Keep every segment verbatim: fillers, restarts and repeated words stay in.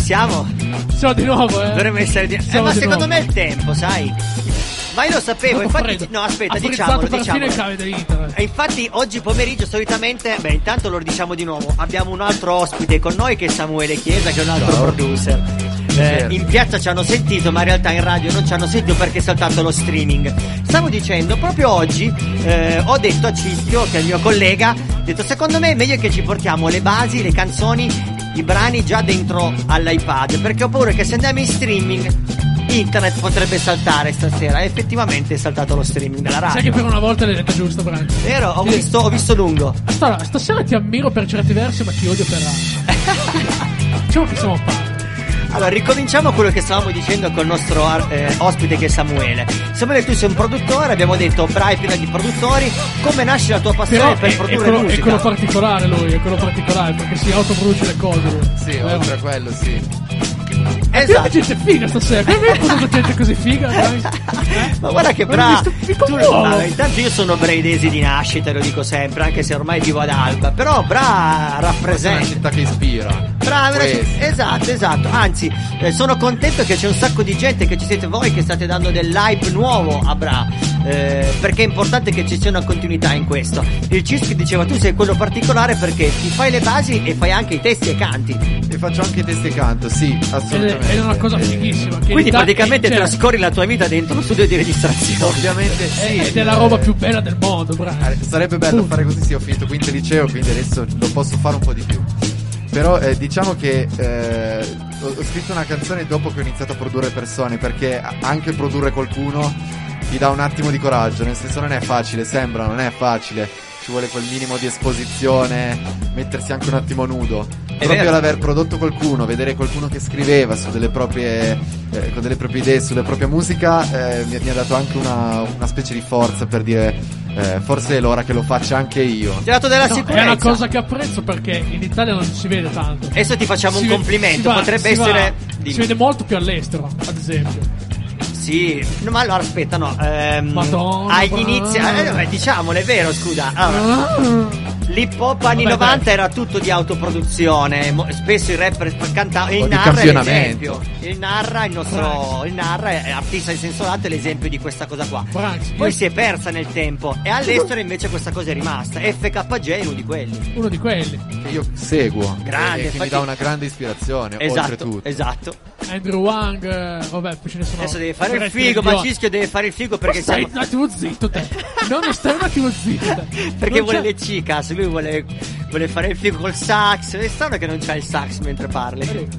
siamo? Siamo di nuovo, eh. Dovremmo essere di... eh, ma di secondo nuovo. me è il tempo, sai? Ma io lo sapevo, infatti... No, aspetta, diciamolo, diciamolo. E infatti oggi pomeriggio solitamente... Beh, intanto lo diciamo di nuovo. Abbiamo un altro ospite con noi che è Samuele Chiesa, che è un altro Ciao. producer. Eh, in piazza ci hanno sentito, ma in realtà in radio non ci hanno sentito perché è saltato lo streaming. Stavo dicendo, proprio oggi eh, ho detto a Cischio, che è il mio collega, ho detto secondo me è meglio che ci portiamo le basi, le canzoni, i brani già dentro all'iPad, perché ho paura che se andiamo in streaming internet potrebbe saltare stasera. E effettivamente è saltato lo streaming della radio. Sai che per una volta l'hai detto giusto, Branco. Vero? Ho Sì. visto, ho visto lungo. Allora, stasera ti ammiro per certi versi, ma ti odio per altri. Diciamo che siamo pari. Allora, ricominciamo quello che stavamo dicendo col nostro eh, ospite che è Samuele. Samuele, tu sei un produttore, abbiamo detto Brai piena di produttori. Come nasce la tua passione Però per è, produrre è quello, musica? è quello particolare lui, è quello particolare, perché si autoproduce le cose lui. Sì, Vero? oltre a quello, sì. Esatto. Gente figa stasera, come hai conosciuto gente così figa? Dai? Eh? Ma guarda che Ma Bra, mi sto- mi tu, commuovo. allora, intanto io sono braidesi di nascita, lo dico sempre, anche se ormai vivo ad Alba, però Bra È una rappresenta. città che ispira. Brava, una Questo. citt- esatto, esatto. Anzi, eh, sono contento che c'è un sacco di gente, che ci siete voi che state dando dell'hype nuovo a Bra, eh, perché è importante che ci sia una continuità in questo. Il Cischi diceva tu sei quello particolare perché ti fai le basi e fai anche i testi e canti. E faccio anche i testi e canto, sì, Ed assolutamente. è, ed è una cosa Eh, fighissima. Che in Quindi Italia- praticamente cioè, trascorri la tua vita dentro uno studio di registrazione. Ovviamente sì. è- ed è la roba più bella del mondo, bravo. Eh, Sarebbe bello fare così, sì, ho finito quinto liceo, quindi adesso lo posso fare un po' di più. Però eh, diciamo che eh, ho, ho scritto una canzone dopo che ho iniziato a produrre persone, perché anche produrre qualcuno ti dà un attimo di coraggio, nel senso non è facile, sembra, non è facile, ci vuole quel minimo di esposizione, mettersi anche un attimo nudo. Proprio vero. l'aver prodotto qualcuno, vedere qualcuno che scriveva su delle proprie eh, con delle proprie idee, sulla propria musica, eh, mi, mi ha dato anche una, una specie di forza per dire eh, forse è l'ora che lo faccia anche io. Ti ha dato della No, sicurezza. è una cosa che apprezzo perché in Italia non si vede tanto. Adesso ti facciamo Si un ve- complimento, si va- potrebbe si va- essere... si Dimmi. vede molto più all'estero, ad esempio. Sì, no, ma allora aspetta, no. Ehm, Madonna, agli ma- inizi, eh, beh, diciamolo, è vero, scusa. Allora, Ah. l'hip hop anni Vabbè, novanta dai. era tutto di autoproduzione. mo- Spesso i rapper cantavano. Il O di Narra è campionamento. l'esempio. Il Narra, il nostro. Il Narra è artista in senso lato, è l'esempio di questa cosa qua. Branks, Poi io- si è persa nel tempo. E all'estero invece questa cosa è rimasta. F K J è uno di quelli. uno di quelli. Che io seguo Grande, e che infatti- mi dà una grande ispirazione, Esatto, oltretutto. esatto. Andrew Wang, eh, vabbè, poi ce ne sono. Adesso deve fare il parecchi figo, idioti. ma Cischio deve fare il figo perché Stai siamo. un attimo zitto te. No, non stai un attimo zitto te. Perché Non vuole c'è- le chicas, lui vuole, vuole fare il figo col sax. È strano che non c'ha il sax mentre parli.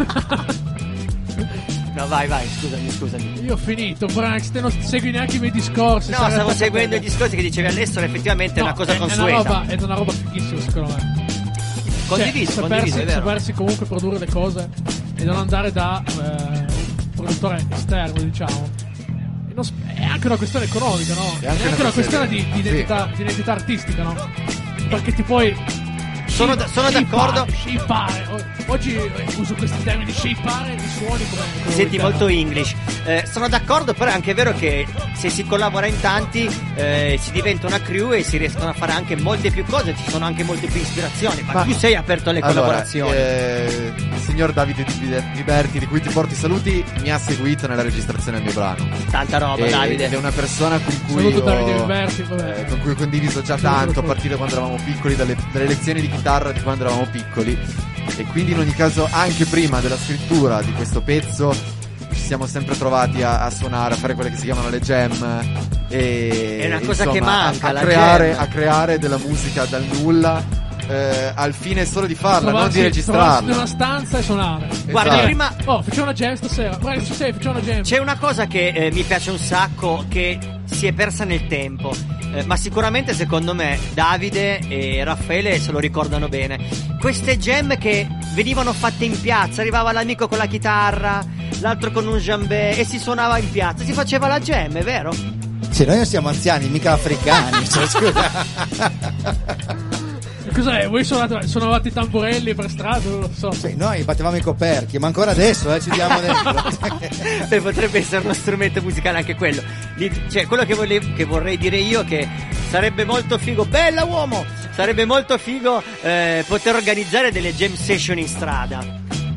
No, vai, vai, scusami, scusami. Io ho finito, Branks, te non segui neanche i miei discorsi. No, stai stavo attaccato seguendo a i te. discorsi che dicevi all'estero, effettivamente è No, una cosa è, consueta. È una roba, è una roba fighissima, secondo me. Condiviso, Cioè, condiviso, sapersi, è vero. sapersi comunque produrre le cose e non andare da eh, un produttore esterno, diciamo. E non s- è anche una questione economica, no? È anche anche una una questione questione- di, di, sì. identità, di identità artistica, no? Perché ti puoi Sono, da- sono d'accordo. Shapeare. O- Oggi eh, uso questi termini, shapeare i suoni come. Ti come senti vuoi te. molto English. Eh, sono d'accordo, però è anche vero che se si collabora in tanti eh, si diventa una crew e si riescono a fare anche molte più cose, ci sono anche molte più ispirazioni. Ma, Ma- tu sei aperto alle Allora, collaborazioni. eh, il signor Davide Di Liberti, di cui ti porti i saluti, mi ha seguito nella registrazione del mio brano. Tanta roba, E- Davide. Ed è una persona con cui Saluto ho, Davide Liberti, vabbè. eh, con cui ho condiviso già Saluto tanto a Davide. partire da quando eravamo piccoli, dalle, dalle lezioni di chitarra di quando eravamo piccoli. E quindi in ogni caso, anche prima della scrittura di questo pezzo, ci siamo sempre trovati a, a suonare, a fare quelle che si chiamano le jam. E, È una cosa insomma, che manca, a, a la creare, jam. a creare della musica dal nulla. Eh, al fine solo di farla, non di Trovarsi- trovarsi in registrarla. una stanza e suonare. Guarda, Esatto. prima Oh, facciamo una jam stasera. Guarda, ci sei, facciamo una jam. c'è una cosa che eh, mi piace un sacco, che si è persa nel tempo. Eh, ma sicuramente secondo me Davide e Raffaele se lo ricordano bene. Queste jam che venivano fatte in piazza, arrivava l'amico con la chitarra, l'altro con un jambé e si suonava in piazza, si faceva la jam, è vero? Sì, noi non siamo anziani, mica africani. Cioè, scusa. Cos'è? Voi suonate, suonavate i tamburelli per strada? Non lo so. Sì, noi battevamo i coperchi, ma ancora adesso eh, ci diamo dentro. Beh, potrebbe essere uno strumento musicale anche quello. Lì- Cioè, quello che, volevo, che vorrei dire io è che sarebbe molto figo, bella uomo, sarebbe molto figo eh, poter organizzare delle jam session in strada.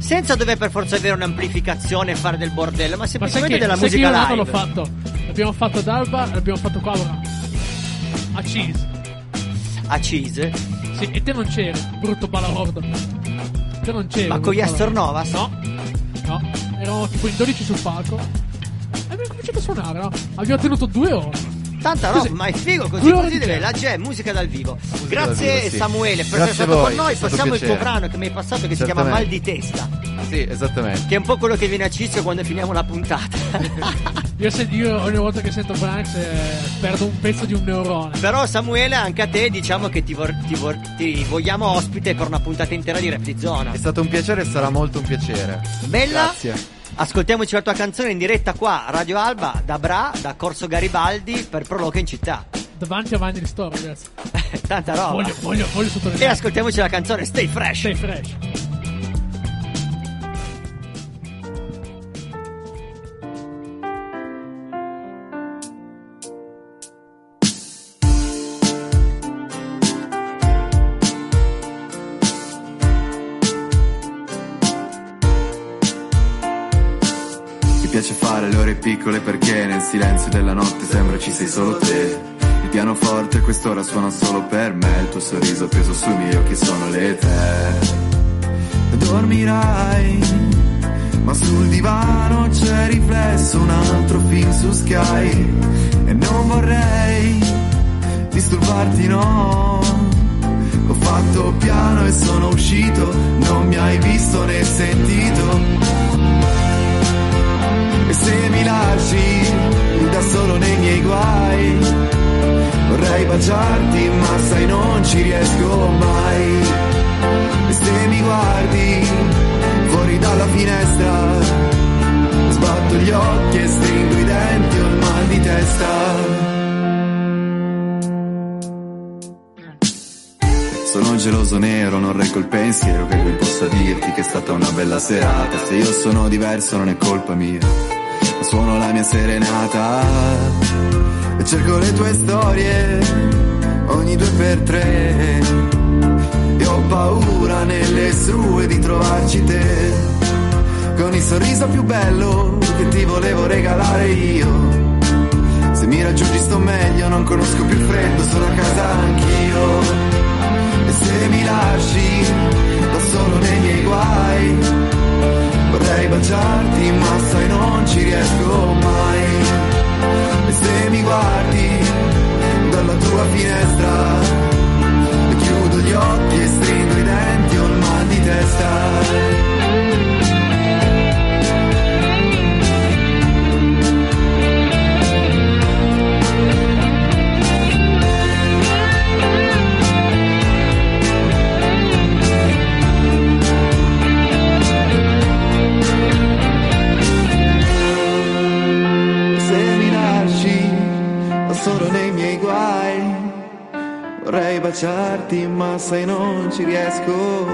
senza dover per forza avere un'amplificazione e fare del bordello, ma Ma sai semplicemente che, della sai che musica io live. l'ho fatto. L'abbiamo fatto ad Alba, l'abbiamo fatto qua ora. A Cheese. A Cheese? Sì, e te non c'eri, brutto balordo. Te non c'eri. Ma con gli brutto Astor balordo. Novas? No, no, eravamo tipo in dodici sul palco. E abbiamo cominciato a suonare, no? Abbiamo tenuto due ore. Tanta roba, Così. ma è figo così, Due ore così di deve, jam. la jam, musica dal vivo. Musica Grazie dal vivo, sì. Samuele per Grazie essere a stato voi, con noi. è stato Passiamo il tuo piacere. brano che mi hai passato che si chiama Esattamente. Mal di testa, Sì, esattamente. che è un po' quello che viene a Cizio quando finiamo la puntata. Io, se, io ogni volta che sento Branks eh, perdo un pezzo di un neurone. Però Samuele, anche a te diciamo che ti, vor- ti, vor- ti vogliamo ospite per una puntata intera di Rap di Zona. È stato un piacere e sarà molto un piacere. Bella. Grazie. Ascoltiamoci la tua canzone in diretta qua a Radio Alba da Bra, da Corso Garibaldi per Proloco in città. Davanti a Vanity Store, ragazzi. Tanta roba. Voglio, voglio, voglio E sottolineare. ascoltiamoci la canzone Stay Fresh. Stay fresh. Mi piace fare le ore piccole perché nel silenzio della notte sembra ci sei solo te. Il pianoforte a quest'ora suona solo per me, il tuo sorriso appeso sui miei occhi sono le tre. Dormirai, ma sul divano c'è riflesso un altro film su Sky. E non vorrei disturbarti, no. Ho fatto piano e sono uscito, non mi hai visto né sentito. E se mi lasci da solo nei miei guai, vorrei baciarti ma sai non ci riesco mai. E se mi guardi fuori dalla finestra, sbatto gli occhi e stringo i denti, ho il mal di testa. Sono geloso nero, non reggo il pensiero che lui possa dirti che è stata una bella serata. Se io sono diverso non è colpa mia, ma suono la mia serenata e cerco le tue storie ogni due per tre. E ho paura nelle strue di trovarci te, con il sorriso più bello che ti volevo regalare io. Se mi raggiungi sto meglio, non conosco più il freddo, sono a casa anch'io. E se mi lasci da solo nei miei guai, vorrei baciarti ma sai non ci riesco mai. E se mi guardi dalla tua finestra, chiudo gli occhi e stringo i denti, ho il mal di testa. Solo nei miei guai, vorrei baciarti ma sai non ci riesco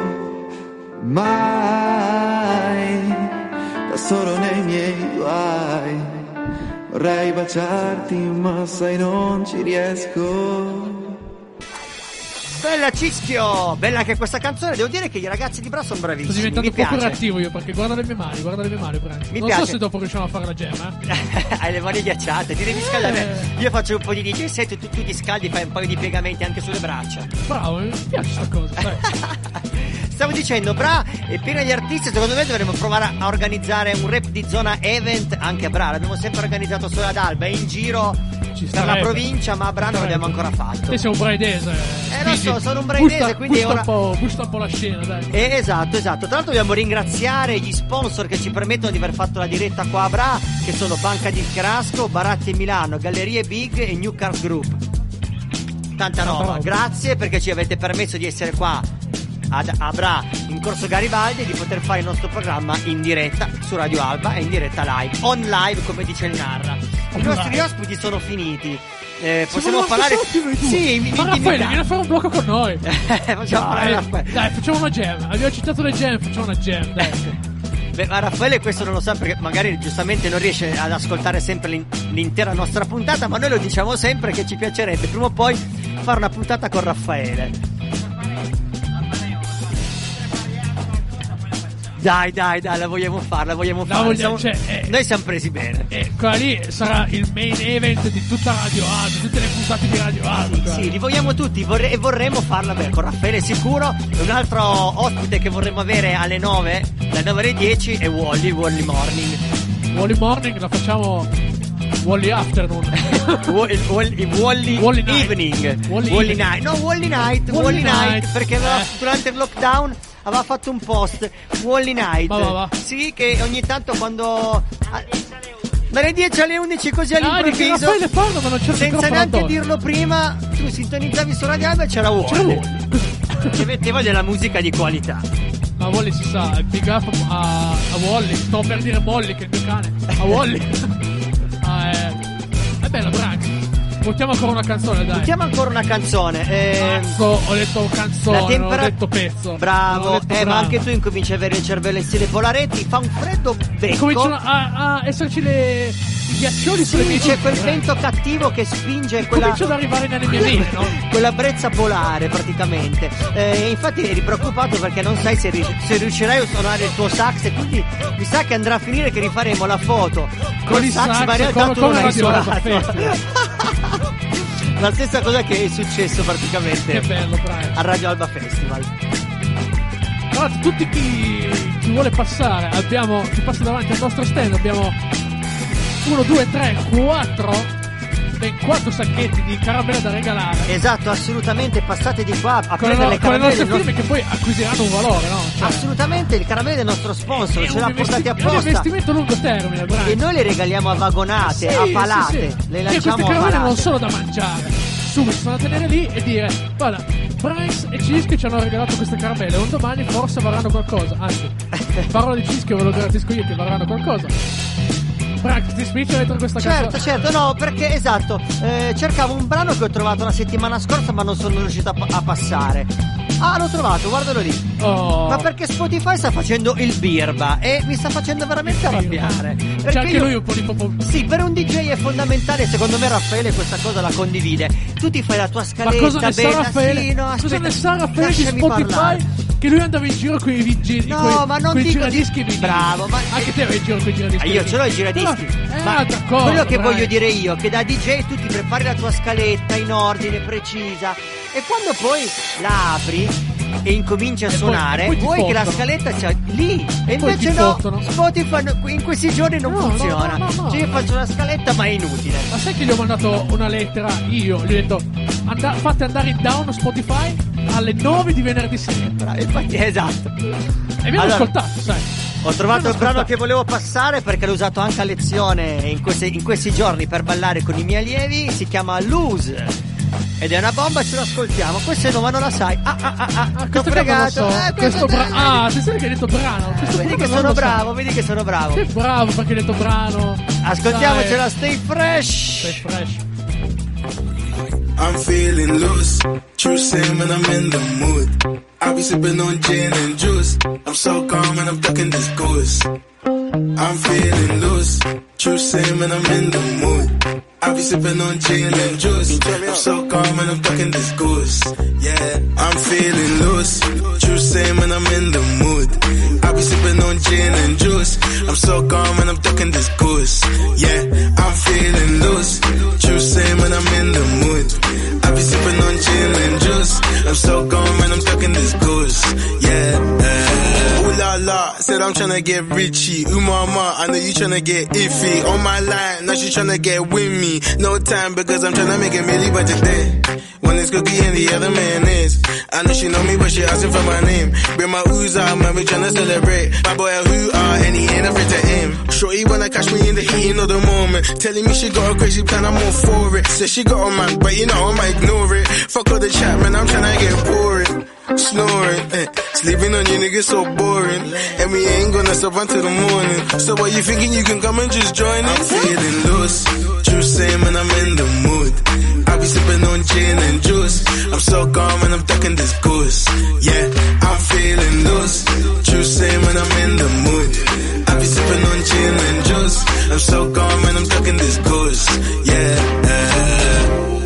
mai. Da solo nei miei guai, vorrei baciarti ma sai non ci riesco. Bella Cischio, bella anche questa canzone. Devo dire che i ragazzi di Bra sono bravissimi. Sto diventando mi un po' piace. cattivo io, perché guarda le mie mani, guarda le mie mani, Branks. Mi Non piace. so se dopo riusciamo a fare la jam, eh. Hai le mani ghiacciate, ti devi scaldare. Eh. Io faccio un po' di D J set, tu, tu ti scaldi, fai un paio di piegamenti anche sulle braccia. Bravo, mi piace sta cosa, dai. Stavo dicendo, Bra è piena di artisti. Secondo me dovremmo provare a organizzare un Rap di Zona event anche a Bra. L'abbiamo sempre organizzato solo ad Alba, è in giro Ci per la starebbe. provincia, ma a Bra non l'abbiamo ancora fatto. Te sei un braidese. Eh, lo so, sono un braidese, quindi busta ora- un po', busta un po' la scena, dai. Eh, esatto, esatto. Tra l'altro dobbiamo ringraziare gli sponsor che ci permettono di aver fatto la diretta qua a Bra, che sono Banca di Crasco, Baratti e Milano, Gallerie Big e New Cars Group. Tanta roba. roba. Grazie perché ci avete permesso di essere qua ad a Bra in Corso Garibaldi e di poter fare il nostro programma in diretta su Radio Alba e in diretta live, on live come dice il Narra. I On nostri live. ospiti sono finiti. Eh, Siamo possiamo rimasti parlare. soli noi due. Sì, mi, Ma mi- Raffaele, mi- vieni a fare un blocco con noi. Facciamo parlare Dai, Raffaele. dai, facciamo una jam. Abbiamo citato le jam, facciamo una jam, dai. Beh, ma Raffaele questo non lo sa perché magari giustamente non riesce ad ascoltare sempre l'in- l'intera nostra puntata, ma noi lo diciamo sempre che ci piacerebbe prima o poi fare una puntata con Raffaele. Dai, dai, dai, la vogliamo fare, la vogliamo La fare. vogliamo- Siamo- cioè, eh. Noi siamo presi bene. E quella lì sarà il main event di tutta Radio Alba, tutte le puntate di Radio Alba. Sì, li vogliamo tutti vorre- e vorremmo farla beh, con Raffaele sicuro. E un altro ospite che vorremmo avere alle nove, dalle nove alle dieci, è Wally, Wally Morning. Wally Morning la facciamo Wally Afternoon. Wally, Wally, Wally Wally Night. Evening. Wally Wally Evening. Night. No, Wally Night. Wally Wally Night. Night. Perché aveva- Eh. durante il lockdown aveva fatto un post. Wally Night. Va, va, va. Sì, che ogni tanto quando. ah, Dalle dieci alle undici così Ah, di che all'improvviso. Raffaele parla ma non c'è il Senza microfono neanche addosso. dirlo prima, tu sintonizzavi su Radio Alba e c'era Wally. C'era Wally. Che metteva della musica di qualità. Ma Wally si sa, il big up a, a Wally. Sto per dire Molly che è il mio cane. A Wally. ah, è, è bella Branks. Buttiamo ancora una canzone, dai. Mettiamo ancora una canzone. Eh, Cazzo, ho detto canzone, La tempera- non ho detto pezzo. Bravo, Non ho detto eh, ma brano. anche tu incominci a avere il cervello in stile Polaretti. Fa un freddo becco. Cominciano a, a esserci le, i ghiaccioli sulle mie Sì, c'è dita, quel eh. vento cattivo che spinge quella, Comincio ad arrivare nelle mie vene, no? quella brezza polare praticamente. Eh, infatti eri preoccupato perché non sai se, ri- se riuscirai a suonare il tuo sax e quindi mi sa che andrà a finire che rifaremo la foto Con col il sax, sax, ma in realtà come- tu non come hai Radio Alba suonato. Festival. La stessa cosa che è successo praticamente Che bello, Brian. a Radio Alba Festival. Allora, tutti chi, chi vuole passare, abbiamo, chi passa davanti al nostro stand, abbiamo uno, due, tre, quattro, ben quattro sacchetti di caramelle da regalare. Esatto, assolutamente, passate di qua a Con le, prendere no- le con le caramelle nostre del nostro- firme che poi acquisiranno un valore, no? Cioè, Assolutamente, il caramello del nostro sponsor, è ce un l'ha investi- portati è un apposta. investimento a lungo termine, Brian. E noi le regaliamo a vagonate, Sì, a sì, palate, sì. le E lanciamo queste a caramelle palate. non sono da mangiare. Subito sono da tenere lì e dire: guarda, Bryce e Cischi ci hanno regalato queste caramelle. Un domani forse varranno qualcosa. Anzi, parlo di Cischi, ve lo garantisco io che varranno qualcosa. Bryce, ti spinge dentro questa Certo, canzone? certo, no, perché esatto, eh, cercavo un brano che ho trovato la settimana scorsa ma non sono riuscito a, a passare. Ah, l'ho trovato, guardalo lì. Oh. Ma perché Spotify sta facendo il birba e mi sta facendo veramente arrabbiare. C'è Perché anche io- lui un po' di popo. Sì, per un D J è fondamentale, secondo me Raffaele questa cosa la condivide. Tu ti fai la tua Ma scaletta cosa ne sa bella, Raffaele? sì, no, cosa aspetta, ne sa Raffaele di lasciami Spotify? parlare. Che lui andava in giro con i vigili. No, coi, ma non coi dico di- giradischi vinili. Bravo, ma- Anche te vai in giro con i giradischi. Ah, io ce l'ho i vinili. giradischi. Però è Ma un'altra cosa, quello che Brian. voglio dire io, che da D J tu ti prepari la tua scaletta in ordine, precisa, e quando poi la apri e incominci a poi- suonare, e poi ti vuoi che la fottono. scaletta sia lì. E poi invece ti no, fottono. Spotify no- in questi giorni non No, no, funziona. no, no, no. Cioè io faccio una scaletta ma è inutile. Ma sai che gli ho mandato una lettera? Io gli ho detto: "Anda- fate andare in down Spotify alle nove di venerdì sera." Bravo, infatti, esatto. E mi hanno Allora, ascoltato, sai. Ho trovato Mi il hanno brano ascoltato. che volevo passare perché l'ho usato anche a lezione in, queste- in questi giorni per ballare con i miei allievi. Si chiama Lose ed è una bomba, ce lo ascoltiamo. Questo è nuovo, ma non la sai. Ah, ah, ah, ah, Ah, t'ho questo qua non lo fregato. so. Eh, questo questo- bra- ah, attenzione che hai detto brano. Questo Vedi brano che non sono lo so. bravo, vedi che sono bravo. Sei bravo perché hai detto brano. Ascoltiamocela, Dai. Stay Fresh. Sei fresh. I'm feeling loose, true saying when I'm in the mood. I'll be sipping on gin and juice. I'm so calm and I'm ducking this goose. I'm feeling loose, true saying when I'm in the mood. I'll be sipping on gin and juice. I'm so calm and I'm ducking this goose. Yeah, I'm feeling loose, true saying when I'm in the mood. I'll be sipping on gin and juice. I'm so calm and I'm ducking this goose. Yeah, I'm feeling loose, true saying when I'm in the mood. I'll be sipping on gin and juice. I'm so calm and I'm ducking this goose. Yeah, uh, ooh la la, said I'm tryna get richy. Ooh mama, I know you tryna get iffy. On my line, now she tryna get with me. No time because I'm tryna make a milli by today. One is cookie and the other man is. I know she know me but she asking for my name. Bring my ooze out, man, we tryna celebrate. My boy a who are and he ain't afraid to aim. Shorty wanna catch me in the heat of the moment. Telling me she got a crazy plan, I'm all for it. Says she got a man, but you know I'ma ignore it. Fuck all the chat, man, I'm tryna get boring. Snoring, eh. Sleeping on you niggas so boring. And we ain't gonna stop until the morning. So what you thinking you can come and just join in? I'm feeling loose, true saying when I'm in the mood. I'll be sipping on gin and juice. I'm so calm and I'm ducking this goose. Yeah, I'm feeling loose, true saying when I'm in the mood. I'll be sipping on gin and juice. I'm so calm and I'm ducking this goose. Yeah, uh,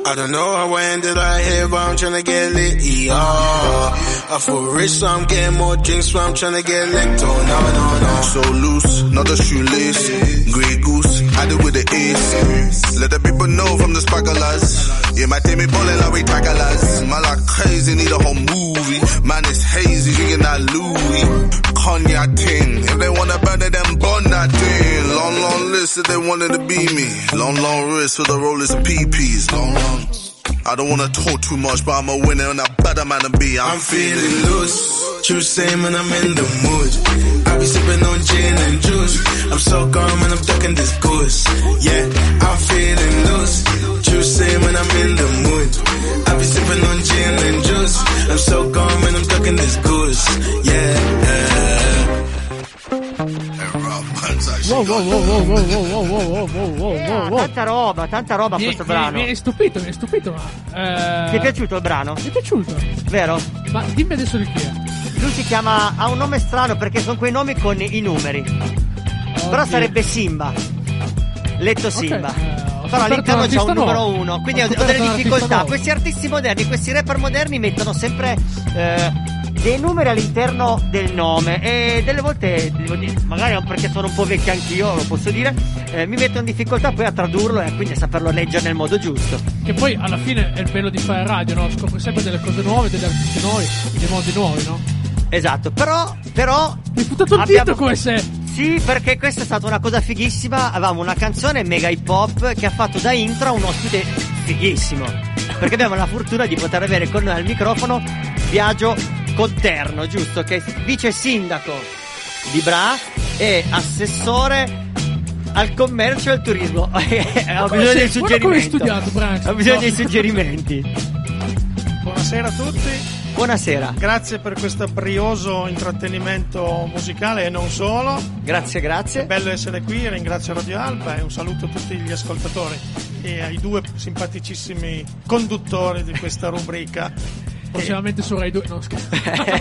I don't know how I ended right here, but I'm tryna get lit, yeah. I feel rich, so I'm getting more drinks, so I'm tryna get licked, oh no, no, no. So loose, not a shoelace, Grey Goose, had it with the ace. Let the people know from the sparklers. Yeah, my team is ballin' like we tacklers. Man like crazy, need a whole movie. Man is hazy, drinking that Louis. Cognac ting, if they wanna burn it, then burn that thing. Long, long list if they wanted to be me. Long, long wrist for the rollers and P Ps. Long, long. I don't wanna talk too much, but I'm a winner and a better man to be. I'm, I'm feeling loose. True same and I'm in the mood. I be sipping on gin and juice. I'm so calm and I'm ducking this goose. Yeah, I'm feeling loose. True same and I'm in the mood. I be sipping on gin and juice. I'm so calm and I'm ducking this goose. Yeah. Wow, wow, wow, wow, wow, wow, wow, wow, wow, wow. Tanta roba, tanta roba mi, questo mi, brano. Mi hai stupito, mi hai stupito, ma... Eh... Ti è piaciuto il brano? Mi è piaciuto. Vero? Ma dimmi adesso di chi è. Lui si chiama, ha un nome strano perché sono quei nomi con i numeri. Oddio. Però sarebbe Simba. Letto Simba. Okay. Eh, Però all'interno c'è un numero nuovo. uno. Quindi ho, ho ho delle difficoltà. Nuovo. Questi artisti moderni, questi rapper moderni mettono sempre eh, dei numeri all'interno del nome. E delle volte, devo dire, magari perché sono un po' vecchio anch'io, lo posso dire, eh, mi metto in difficoltà poi a tradurlo e quindi a saperlo leggere nel modo giusto. Che poi alla fine è il bello di fare radio, no? Scopri sempre delle cose nuove, degli artisti nuovi, dei modi nuovi, no? Esatto, però, però mi hai buttato il abbiamo... dito come se... Sì, perché questa è stata una cosa fighissima. Avevamo una canzone mega hip hop che ha fatto da intro un ospite fighissimo. Perché abbiamo la fortuna di poter avere con noi al microfono Biagio Conterno, giusto? Che è vice sindaco di Bra e assessore al commercio e al turismo. Ho bisogno dei suggerimenti. Come hai studiato, Bra? Ho bisogno dei suggerimenti. Buonasera a tutti. Buonasera. Grazie per questo brioso intrattenimento musicale e non solo. Grazie, grazie. È bello essere qui, ringrazio Radio Alba e un saluto a tutti gli ascoltatori e ai due simpaticissimi conduttori di questa rubrica. Prossimamente su Rai due, no scherzo.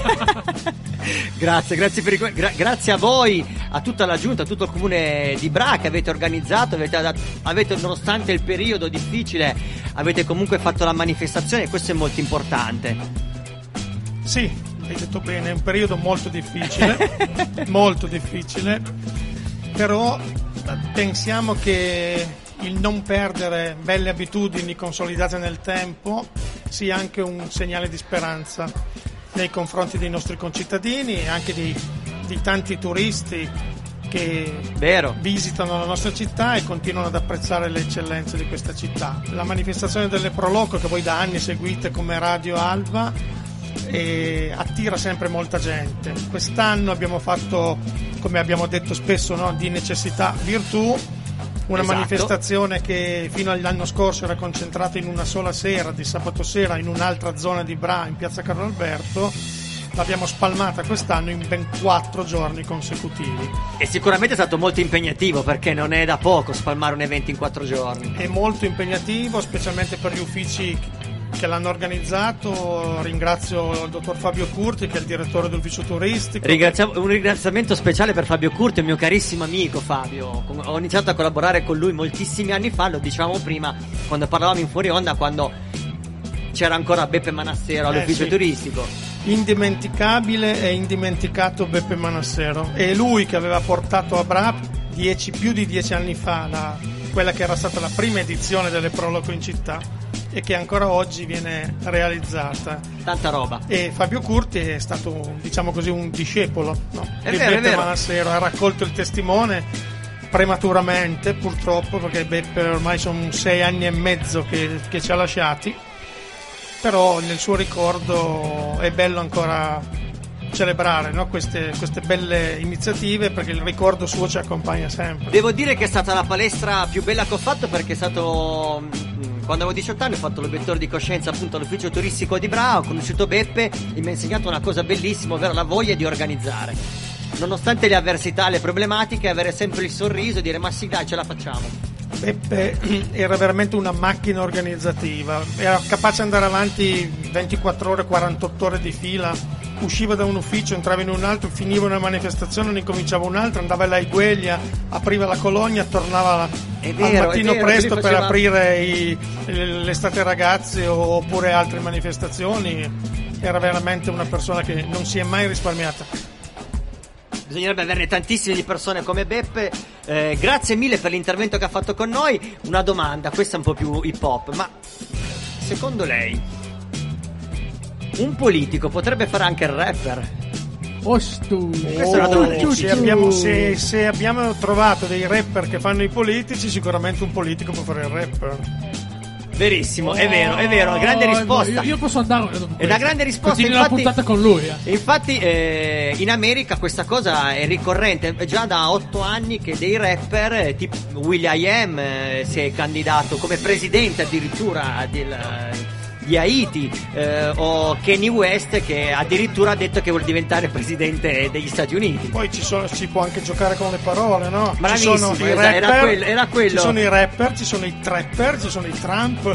Grazie, grazie per i, gra- grazie a voi, a tutta la giunta, a tutto il comune di Bra che avete organizzato, avete, avete nonostante il periodo difficile, avete comunque fatto la manifestazione e questo è molto importante. Sì, hai detto bene, è un periodo molto difficile, molto difficile, però pensiamo che il non perdere belle abitudini consolidate nel tempo sia anche un segnale di speranza nei confronti dei nostri concittadini e anche di, di tanti turisti che Vero. visitano la nostra città e continuano ad apprezzare le eccellenze di questa città. La manifestazione delle Proloco, che voi da anni seguite come Radio Alba, e attira sempre molta gente. Quest'anno abbiamo fatto, come abbiamo detto spesso, no, di necessità virtù, una esatto. manifestazione che fino all'anno scorso era concentrata in una sola sera, di sabato sera, in un'altra zona di Bra, in piazza Carlo Alberto. L'abbiamo spalmata quest'anno in ben quattro giorni consecutivi. E sicuramente è stato molto impegnativo, perché non è da poco spalmare un evento in quattro giorni. È molto impegnativo, specialmente per gli uffici che l'hanno organizzato. Ringrazio il dottor Fabio Curti, che è il direttore dell'ufficio turistico. Ringrazia- un ringraziamento speciale per Fabio Curti, il mio carissimo amico Fabio. Ho iniziato a collaborare con lui moltissimi anni fa, lo dicevamo prima quando parlavamo in fuori onda, quando c'era ancora Beppe Manassero all'ufficio eh, sì. turistico. Indimenticabile e indimenticato Beppe Manassero. È lui che aveva portato a Bra dieci, più di dieci anni fa la, quella che era stata la prima edizione delle Proloco in città e che ancora oggi viene realizzata. Tanta roba. E Fabio Curti è stato, diciamo così, un discepolo, no? È di vero, Beppe è vero. Manassero. Ha raccolto il testimone prematuramente, purtroppo, perché Beppe ormai sono sei anni e mezzo che, che ci ha lasciati, però nel suo ricordo è bello ancora celebrare, no? queste, queste belle iniziative, perché il ricordo suo ci accompagna sempre. Devo dire che è stata la palestra più bella che ho fatto, perché è stato... Quando avevo diciotto anni ho fatto l'obiettore di coscienza appunto all'ufficio turistico di Bra, ho conosciuto Beppe e mi ha insegnato una cosa bellissima, ovvero la voglia di organizzare. Nonostante le avversità, le problematiche, avere sempre il sorriso e dire ma sì dai, ce la facciamo. Beppe era veramente una macchina organizzativa, era capace di andare avanti ventiquattro ore, quarantotto ore di fila usciva da un ufficio, entrava in un altro, finiva una manifestazione, ne cominciava un'altra, andava alla Igueglia, apriva la colonia, tornava È vero, al mattino è vero, presto lui per faceva- aprire i- l'estate ragazzi oppure altre manifestazioni. Era veramente una persona che non si è mai risparmiata. Bisognerebbe averne tantissime di persone come Beppe. Eh, grazie mille per l'intervento che ha fatto con noi. Una domanda, questa è un po' più hip hop, ma secondo lei un politico potrebbe fare anche il rapper? Oh, stu. Questa è una domanda Oh, difficile. se, abbiamo, se, se abbiamo trovato dei rapper che fanno i politici, sicuramente un politico può fare il rapper. Verissimo, è vero, è vero, grande Oh, risposta. Io, io posso andare dopo È una questo. grande risposta, Continui la infatti- puntata con lui. Eh. Infatti eh, in America questa cosa è ricorrente, è già da otto anni che dei rapper eh, tipo will.i.am eh, si è candidato come presidente addirittura del, di Haiti, eh, o Kanye West che addirittura ha detto che vuole diventare presidente degli Stati Uniti. Poi ci sono, si può anche giocare con le parole, no? Ci Bravissimo, sono i esatto, rapper, era quello- era quello. ci sono i rapper, ci sono i trapper, ci sono i Trump.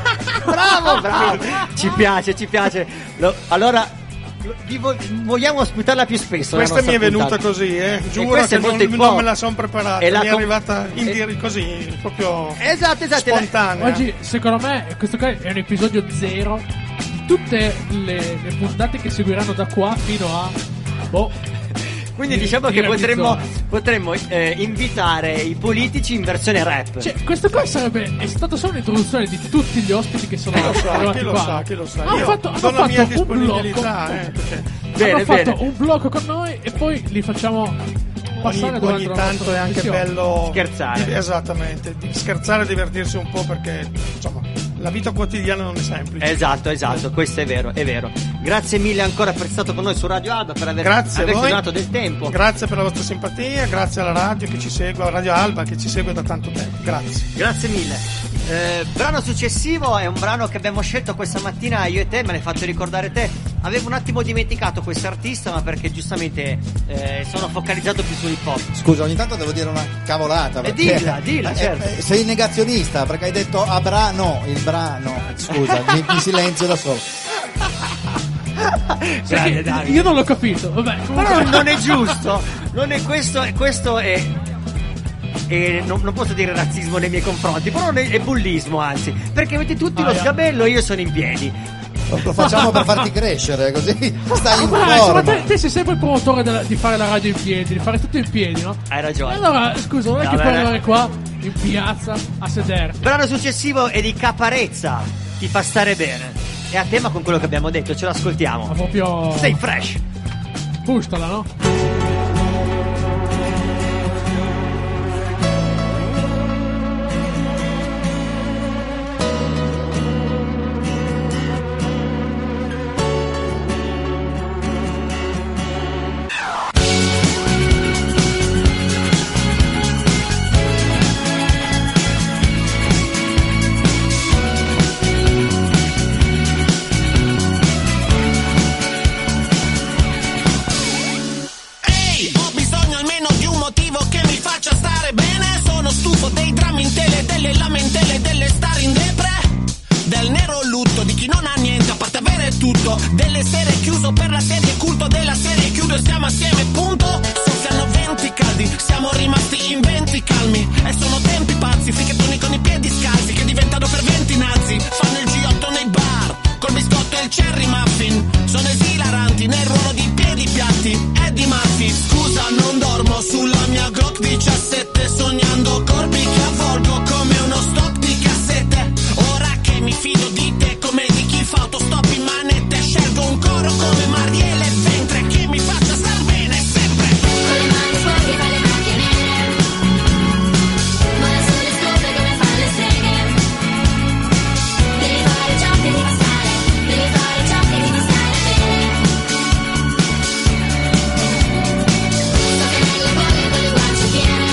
Bravo, bravo. Ci piace, ci piace. Lo- allora vi vo- vogliamo ospitarla più spesso. Questa la mi è nostra venuta puntata. così, eh. E Giuro questa che è molto non, hip non hop. me la sono preparata. E la mi è com- arrivata in e- dir- così, proprio Esatto, esatto. la- spontanea. Oggi, secondo me, questo qua è un episodio zero di tutte le, le puntate che seguiranno da qua fino a. Boh. Quindi Di- diciamo di che potremmo, realizzare. potremmo eh, invitare i politici in versione rap. Cioè, questo qua sarebbe. È stata solo un'introduzione di tutti gli ospiti che sono Chi lo sa, arrivati chi lo qua. sa, chi lo sa. Hanno Io fatto, hanno do la mia fatto un blocco. disponibilità, eh, perché Bene, hanno fatto bene. un blocco con noi e poi li facciamo ogni, passare durante ogni la tanto nostra è anche trasmissione. bello Scherzare. di- esattamente, di scherzare e divertirsi un po' perché insomma la vita quotidiana non è semplice. Esatto, esatto, questo è vero, è vero. Grazie mille ancora per essere stato con noi su Radio Alba, per aver, Grazie a averci voi. donato del tempo. Grazie per la vostra simpatia, grazie alla radio che ci segue, Radio Alba che ci segue da tanto tempo. Grazie. Grazie mille. Eh, brano successivo è un brano che abbiamo scelto questa mattina io e te, me l'hai fatto ricordare te. Avevo un attimo dimenticato questo artista, ma perché giustamente eh, sono focalizzato più su hip hop. Scusa, ogni tanto devo dire una cavolata. Eh, perché- dilla, dilla, Eh, certo. eh, sei negazionista perché hai detto Abra no, il brano. Scusa, mi, mi silenzio da solo. Grande, Perché Davide. io non l'ho capito. Vabbè, comunque. Però non è giusto, non è questo, questo è, è non, non posso dire razzismo nei miei confronti, però non è, è bullismo anzi, perché avete tutti lo Ah, yeah. sgabello e io sono in piedi. Lo, lo facciamo per farti crescere, così stai in Ma insomma, te, forma. te sei sempre il promotore della- di fare la radio in piedi, di fare tutto in piedi, no? Hai E ragione. allora, scusa, non è No, che beh, puoi eh. arrivare qua in piazza a sederti. Brano successivo è di Caparezza, ti fa stare bene. È a tema con quello che abbiamo detto, ce Ma l'ascoltiamo. proprio. Sei fresh. Bustala, no? Ehi, ho bisogno almeno di un motivo che mi faccia stare bene. Sono stufo dei drammi in tele, delle lamentele, delle star in depre, del nero lutto di chi non ha niente a parte avere tutto, delle sere chiuso per la serie culto della serie chiudo e stiamo assieme punto. Soffiano venti caldi, siamo rimasti in venti calmi e sono tempi pazzi, fricchettoni con i piedi scalzi che diventano per venti nazi, fanno il G otto nei bar col biscotto e il cherry muffin, sono esilaranti nel ruolo di piedi piatti. Eddie Murphy, scusa non dormo sulla mia Glock diciassette, sognando corpi che avvolgo come uno stock di cassette. Ora che mi fido di te come di chi fa autostop in manette, scelgo un coro come Marielle Ventre che mi faccia star bene sempre. Con le mani sporche fa le macchie nere, vola sulle scopre come fanno le streghe. Devi fare ciò che ti fa stare, devi fare ciò che ti fa stare bene. So che nelle bolle con le guance piene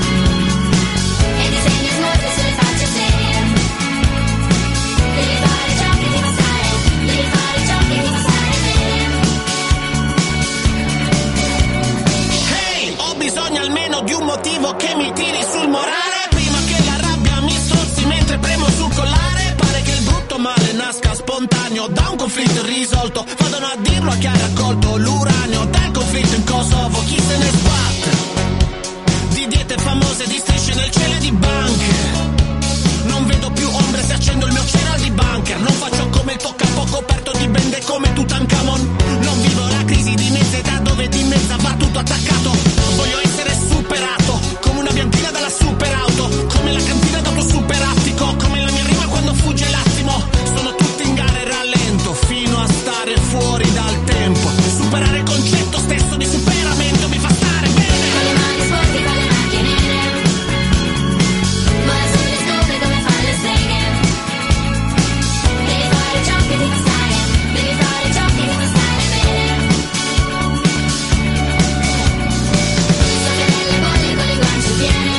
e disegni smorti sulle facce serie. Devi fare ciò che ti fa stare, devi fare ciò che ti fa stare bene. Ehi, ho bisogno almeno di un motivo che mi tiri sul morale, prima che la rabbia mi strozzi mentre premo sul collare. Pare che il brutto male nasca spontaneo da un conflitto irrisolto, vadano a dirlo a chi ha raccolto raccolto l'uranio del conflitto in Kosovo, chi se ne sbatte? Di diete famose, di strisce nel cielo e di banche. Non vedo più ombre se accendo il mio cereal di bunker. Non faccio come il tuo capo coperto di bende come Tutankhamon. Non vivo la crisi di mezza età dove di mezza va tutto attaccato. Voglio essere superato come una bianchina dalla superauto, come la cantina dopo super attico, come la mia rima quando fugge l'attimo. Sono tutti in gara e rallento fino a stare fuori dal tempo. Superare il concetto stesso di superamento mi fa stare bene. Con le mani sporche, con le macchie nere, vola sulle scopre come fanno le streghe. Devi fare ciò che ti fa stare, devi fare ciò che ti fa stare bene. Sopra nelle bolle con le guance piene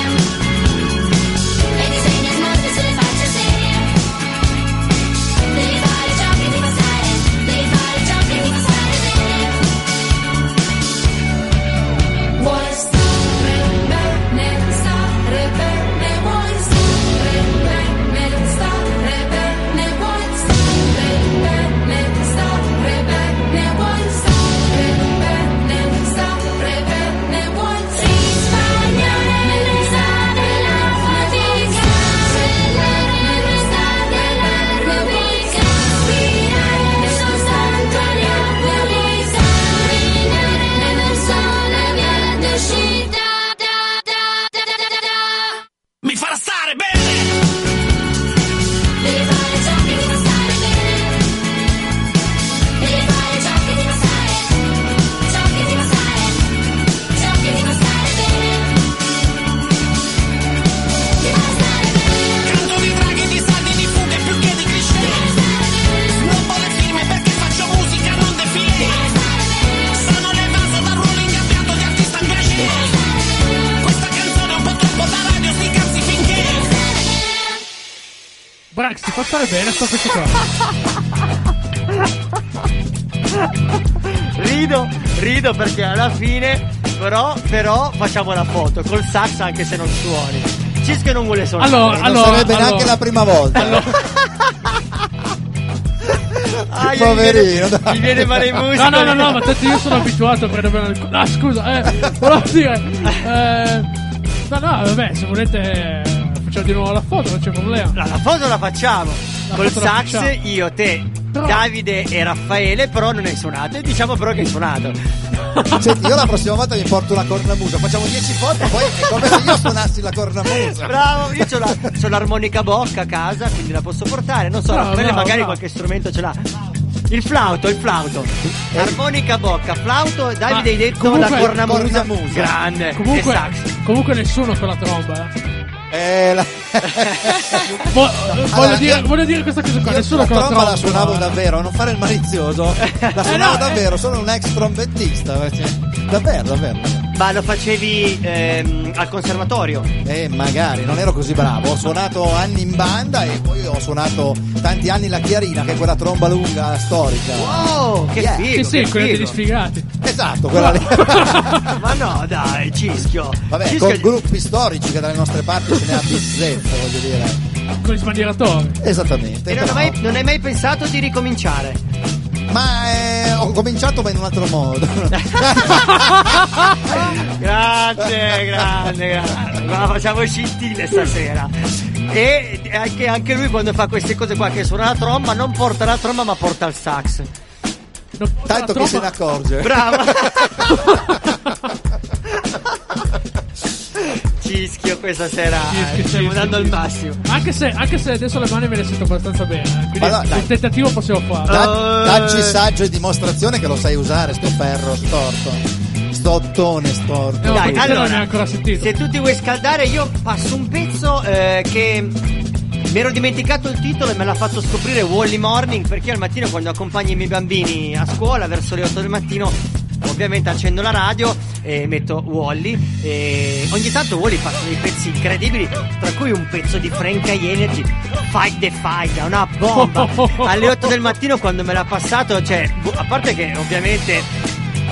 e disegna smorfie sulle facce serie. Devi fare ciò che ti fa stare, devi fare ciò che ti fa stare bene. Vuoi stare bene, stare bene, vuoi stare bene, stare bene, vuoi stare bene, stare bene, vuoi stare bene, stare bene, vuoi risparmiare l'estate, la fatica, sellare l'estate, l'ergovica, respirare soltanto l'aria pulita, camminare verso la via d'uscita, da da da da da da. Mi farà stare bene. Devi fare ciò che ti fa stare bene. Devi fare ciò che ti fa stare, ciò che ti fa stare, ciò che ti fa stare bene. Ti fa stare bene. Canto di draghi, di saldi, di fughe più che di cliché. Snobbo le firme perché faccio musica, non defilé. Sono l'evaso dal ruolo ingabbiato di artista engagé. Questa canzone è un po' troppo da radio, sti cazzi finché. Brax, ti fa stare bene sto questo qua. Rido, rido perché alla fine però, però facciamo la foto col sax anche se non suoni. Cisco non vuole suonare. Allora, Non allora, sarebbe allora. neanche la prima volta. Ah, Poverino, mi viene, dai. mi viene male i muscoli. No, no, no, no, ma tanto io sono abituato a prendermela nel culo. Ah, scusa, eh, volevo dire. Eh, no, no, vabbè, se volete eh, facciamo di nuovo la foto, non c'è problema. No, la foto la facciamo La col foto la sax, facciamo. io, te, Però- Davide e Raffaele, però non hai suonato. E diciamo però che hai suonato. Senti, io la prossima volta mi porto una cornamusa, facciamo dieci foto, poi è come se io suonassi la cornamusa. Bravo, io c'ho, la, c'ho l'armonica bocca a casa, quindi la posso portare. Non so, Bravo, Raffaele bravo, magari bravo. qualche strumento ce l'ha. Il flauto, il flauto. Armonica bocca, flauto, Davide Ma hai detto comunque- la cornamusa. cornamusa. Grande. E Comunque, sax. comunque nessuno con la tromba, eh. Eh, la... Vo- voglio, Allora, dire, io- voglio dire questa cosa qua, Io nessuno la con la tromba tromba. la suonavo davvero, non fare il malizioso. La suonavo no, davvero, sono un ex trombettista. perché- Davvero, davvero. Ma lo facevi ehm, al conservatorio? Eh, magari, non ero così bravo. Ho suonato anni in banda e poi ho suonato tanti anni la chiarina, che è quella tromba lunga storica. Oh, che Yeah. figo. Sì, sì, che quella figo. degli sfigati. Esatto, quella lì. Ma no, dai, Cischio. Vabbè, Cischio- con gruppi storici che dalle nostre parti ce ne ha bizzeffe, voglio dire. Con gli sbandieratori. Esattamente. E non, però- hai mai, non hai mai pensato di ricominciare? Ma eh, ho cominciato ma in un altro modo. Grazie, grande, grande. Ma facciamo scintille stasera. E anche, anche lui quando fa queste cose qua che suona la tromba non porta la tromba ma porta il sax. Non- Tanto la chi se ne tromba- accorge. Bravo. Cischio questa sera. Cischio, eh, stiamo cischio, dando il cischio. massimo. Anche se, anche se adesso le mani me le sento abbastanza bene, eh, quindi Ma no, dai. un tentativo possiamo farlo. Da- Eh. dacci saggio e dimostrazione che lo sai usare, sto ferro storto. Sto ottone storto. Eh, ma Dai, questo non allora, ne ho ancora sentito. se tu ti vuoi scaldare, io passo un pezzo eh, che mi ero dimenticato il titolo e me l'ha fatto scoprire Wally Morning, perché io al mattino quando accompagno i miei bambini a scuola verso le otto del mattino ovviamente accendo la radio e metto Wally e ogni tanto Wally fa dei pezzi incredibili, tra cui un pezzo di Frank High Energy, Fight the Fight, è una bomba alle otto del mattino quando me l'ha passato, cioè, a parte che ovviamente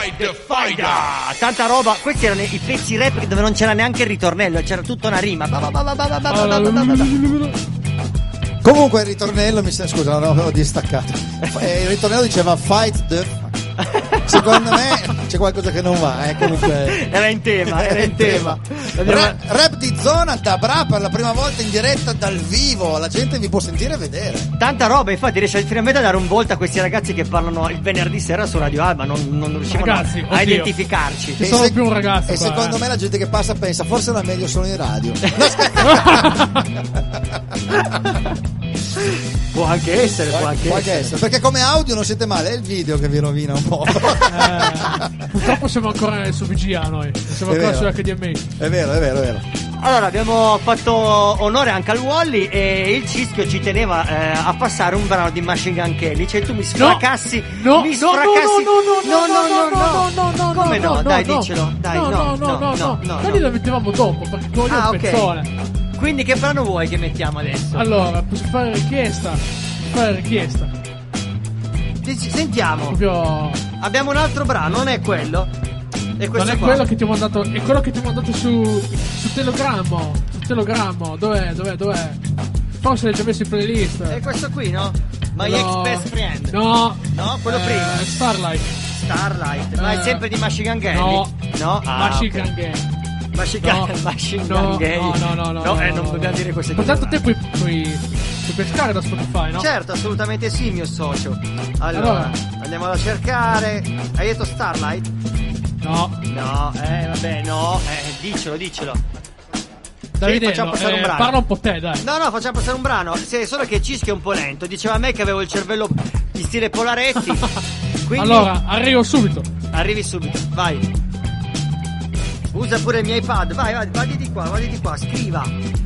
fight the fighter. Ah, tanta roba, questi erano i pezzi rap dove non c'era neanche il ritornello, c'era tutta una rima. Ba, ba, ba, ba, ba, ba, ba, ba, ba, ba. Comunque il ritornello mi sa, scusa, non avevo distaccato. Eh, il ritornello diceva fight the. Secondo me c'è qualcosa che non va, eh. Comunque era in tema, era in tema. Ra- rap di zona da Bra per la prima volta in diretta dal vivo, la gente vi può sentire e vedere. Tanta roba, infatti riesce finalmente a dare un volto a questi ragazzi che parlano il venerdì sera su Radio Alba, non, non riuscivano ragazzi, a, oddio. a identificarci. Ci sono se- più un ragazzo E qua, secondo eh. me la gente che passa pensa forse era meglio solo in radio. Può anche essere, può anche Può anche essere. essere, perché come audio non siete male, è il video che vi rovina un po'. Eh, purtroppo siamo ancora nel su V G A noi, siamo È ancora vero. sull'H D M I. È vero, è vero, è vero. Allora, abbiamo fatto onore anche al Wally e il Cischio ci teneva eh, a passare un brano di Machine Gun Kelly, cioè tu mi sfracassi, No, mi no, sfracassi. no, no, no, no, no, no, no, no, Come no? no, Dai, no, dicelo, dai, no, no, no, no, no, no, quelli no. li mettevamo dopo, perché voglio Ah, il ok. pezzone. Quindi che brano vuoi che mettiamo adesso? Allora, posso fare richiesta? Fare richiesta. Dici- Sentiamo, Proprio. abbiamo un altro brano, non è quello? E questo Non è qua. quello che ti ho mandato, è quello che ti ho mandato su, su Telegrammo. Su Telegrammo, dov'è, dov'è, dov'è? Forse l'hai già messo in playlist. È questo qui, no? My Quello- ex best friend. No. No, quello Eh, prima. Starlight. Starlight. Ma è Eh, sempre di Machine Gun Kelly? No. No? Ah, Machine ok. Gun Gang. Machine No. Gun, Machine No, Gun Kelly. no, no, no, no, eh, no, non no, dobbiamo no. dire queste Per cose. tanto tempo puoi, puoi, puoi pescare da Spotify, no? Certo, assolutamente sì, mio socio. Allora, Allora. andiamo a cercare. Hai detto Starlight? No. No, eh, vabbè, no. Eh, dicelo, dicelo. Davide, facciamo no, passare un eh, brano. parla un po' te, dai. No, no, facciamo passare un brano. Sì, solo che Cischio è un po' lento. Diceva a me che avevo il cervello di stile Polaretti. Quindi Allora, arrivo subito. arrivi subito, vai. Usa pure il mio iPad, vai, vai, vadi di qua, vadi di qua, scriva.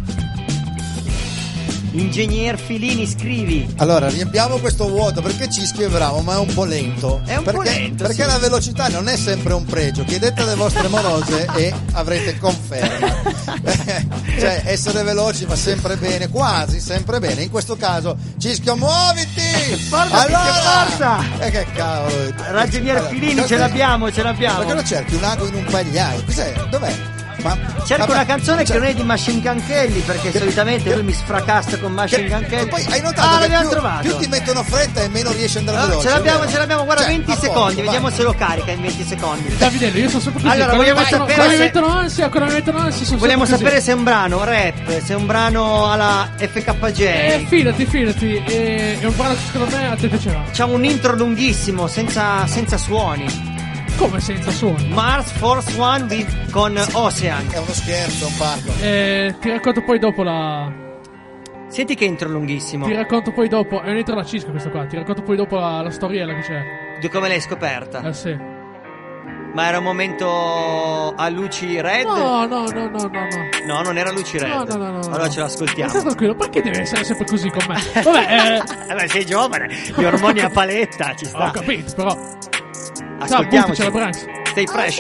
Ingegner Filini, scrivi. Allora, riempiamo questo vuoto perché Cischio è bravo, ma è un po' lento. È un po' perché, lento, Perché sì. la velocità non è sempre un pregio. Chiedete alle vostre morose e avrete conferma. Cioè, essere veloci va sempre bene, quasi sempre bene. In questo caso, Cischio, muoviti! Forza, allora! Cischio, forza! E che cavolo! Ragionier Allora, Filini, perché- ce l'abbiamo, ce l'abbiamo. Perché lo cerchi un ago in un pagliaio? Cos'è? Dov'è? Ma, Cerco vabbè, una canzone cioè- che non è di Machine Gun Kelly, perché solitamente lui mi sfracassa con Machine Gun Kelly. E poi hai notato ah, che l'abbiamo più, trovato. più ti mettono fretta e meno riesci ad andare No, veloce. ce l'abbiamo, vero? ce l'abbiamo, guarda, Cioè, venti a posto, secondi, vai. vediamo se lo carica in venti secondi. Davide, io sono sempre così. Allora, quando mi vogliamo mettono, sapere quando mi se- mettono ansia, quando mi mettono ansia, sono Vogliamo sempre sapere così. se è un brano rap, se è un brano alla F K J. Eh, fidati, fidati. eh, È un brano che secondo me a te piacerà. C'ha un intro lunghissimo, senza, senza suoni. Come senza suoni? Mars Force One with- con Ocean. È uno scherzo, un parco. Eh, ti racconto poi dopo la. Senti che intro lunghissimo. Ti racconto poi dopo. È un intro da Cisco questo qua. Ti racconto poi dopo la, la storiella che c'è. Di come l'hai scoperta? Eh sì. Ma era un momento a luci red? No, no, no, no, no, no. No, non era luci red. No, no, no, no, no. Allora ce Ma l'ascoltiamo. stai tranquillo, perché deve essere sempre così con me? Vabbè, eh, Eh beh, sei giovane, gli ormoni a paletta, ci sta. ho capito, però. Ascoltiamoci. Ciao, Branks. Stay fresh.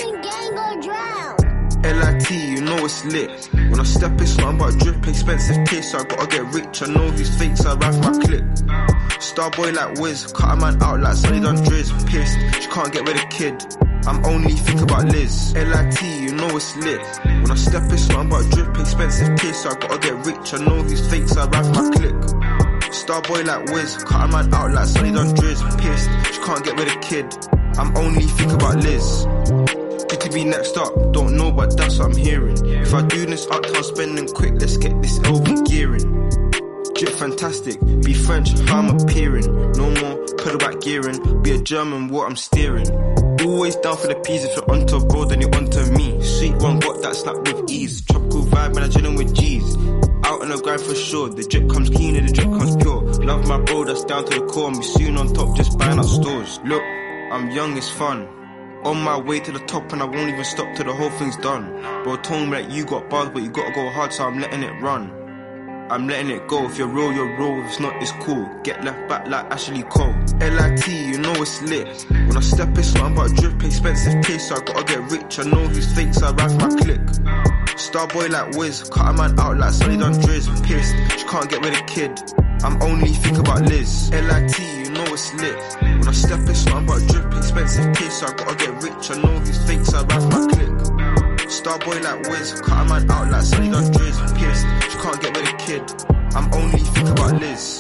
L I T, you know it's lit. When I step, it's nothing but drip. Expensive piss, so I gotta get rich. I know these fakes, I ride my click. Starboy like Wiz, cut a man out like Sonny done Driz. Pissed, she can't get rid of kid. I'm only thinking about Liz. L I T, you know it's lit. When I step, it's nothing but drip. Expensive piss, so I gotta get rich. I know these fakes, I ride my click. Starboy like Wiz, cut a man out like Sonny done Driz. Pissed, she can't get rid of kid. I'm only thinking about Liz. It could be next up, don't know, but that's what I'm hearing. If I do this uptown spending quick, let's get this L V gearing. Drip fantastic, be French, how I'm appearing. No more pedal back gearing, be a German, what I'm steering. Always down for the peas, if you're onto a bro, then you're onto me. Sweet one, got that snap with ease. Tropical vibe, man, I'm chilling with G's. Out on the grind for sure, the drip comes clean and the drip comes pure. Love my bro, that's down to the core, me soon on top, just buying up stores. Look, I'm young, it's fun. On my way to the top and I won't even stop till the whole thing's done. Bro told me that you got bars but you gotta go hard, so I'm letting it run. I'm letting it go, if you're real, you're real, if it's not, it's cool. Get left back like Ashley Cole. L I T, you know it's lit. When I step, it's nothing but drip, expensive taste, so I gotta get rich. I know these fakes, I ride my click. Starboy like Wiz, cut a man out like Sonny done Driz. Pissed, she can't get rid of kid. I'm only thinking about Liz. L I T, you know it's lit. When I step, it's nothing but drip, expensive expensive kiss. I gotta get rich, I know these fakes, I rap my click. Starboy like Wiz, cut a man out like Sonny done Drizz. Pissed, she can't get with a kid. I'm only thinking about Liz.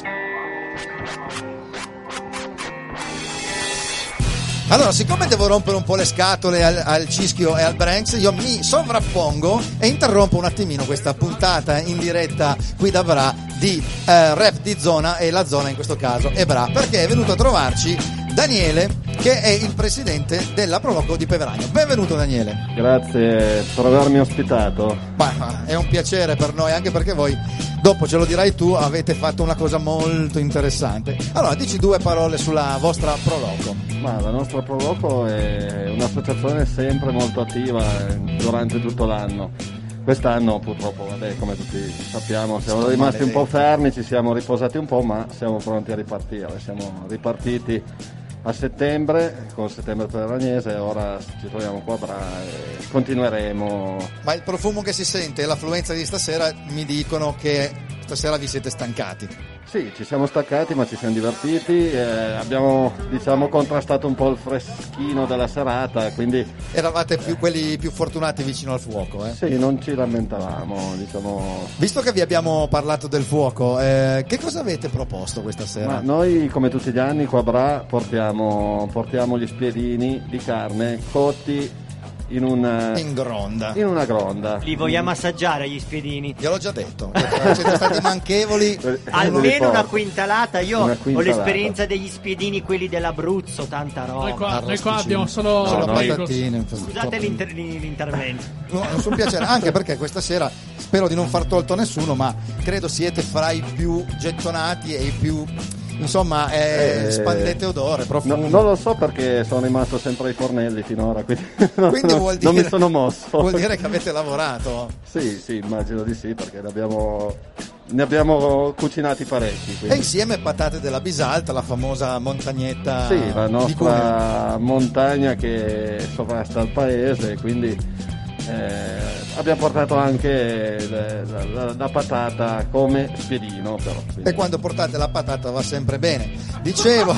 Allora, siccome devo rompere un po' le scatole al, al Cischio e al Branks, io mi sovrappongo e interrompo un attimino questa puntata in diretta qui da Bra di eh, rap di zona, e la zona in questo caso è Bra, perché è venuto a trovarci Daniele, che è il presidente della Proloco di Peveragno. Benvenuto Daniele. Grazie per avermi ospitato. Ma è un piacere per noi, anche perché voi, dopo ce lo dirai tu, avete fatto una cosa molto interessante. Allora, dici due parole sulla vostra Proloco. Ma la nostra Proloco è un'associazione sempre molto attiva durante tutto l'anno. Quest'anno purtroppo, vabbè, come tutti sappiamo, siamo Sto rimasti un po' maledetto. fermi, ci siamo riposati un po', ma siamo pronti a ripartire. Siamo ripartiti a settembre con Settembre Peveragnese e ora ci troviamo qua a Bra e continueremo. Ma il profumo che si sente e l'affluenza di stasera mi dicono che stasera vi siete stancati. Sì, ci siamo staccati ma ci siamo divertiti, eh, abbiamo diciamo contrastato un po' il freschino della serata, quindi Eravate più quelli più fortunati vicino al fuoco, eh? sì, non ci lamentavamo, diciamo. Visto che vi abbiamo parlato del fuoco, eh, che cosa avete proposto questa sera? Ma noi come tutti gli anni qua a Bra portiamo, portiamo gli spiedini di carne cotti in una, in gronda. in una gronda. Li vogliamo assaggiare gli spiedini? Gliel'ho già detto, siete stati manchevoli. Almeno una quintalata. Io Una ho quintalata. l'esperienza degli spiedini, quelli dell'Abruzzo, tanta roba. Noi qua, noi qua Arrosticini. abbiamo solo Solo No, noi- patatine. Scusate l'inter- l'intervento. No, non sono piacere, anche perché questa sera spero di non far torto a nessuno, ma credo siete fra i più gettonati e i più, insomma, eh, Eh, spandete odore, No, profumo. non lo so perché sono rimasto sempre ai fornelli finora, quindi, non, Quindi non- vuol non dire- mi sono mosso. Vuol dire che avete lavorato. Sì, sì, immagino di sì, perché ne abbiamo, ne abbiamo cucinati parecchi. E Quindi. insieme patate della Bisalta, la famosa montagnetta Sì, la di Cuneo. nostra montagna che sovrasta il paese, quindi eh, abbiamo portato anche le- la, la- la patata come spiedino, però. quindi- E quando portate la patata va sempre bene. Dicevo.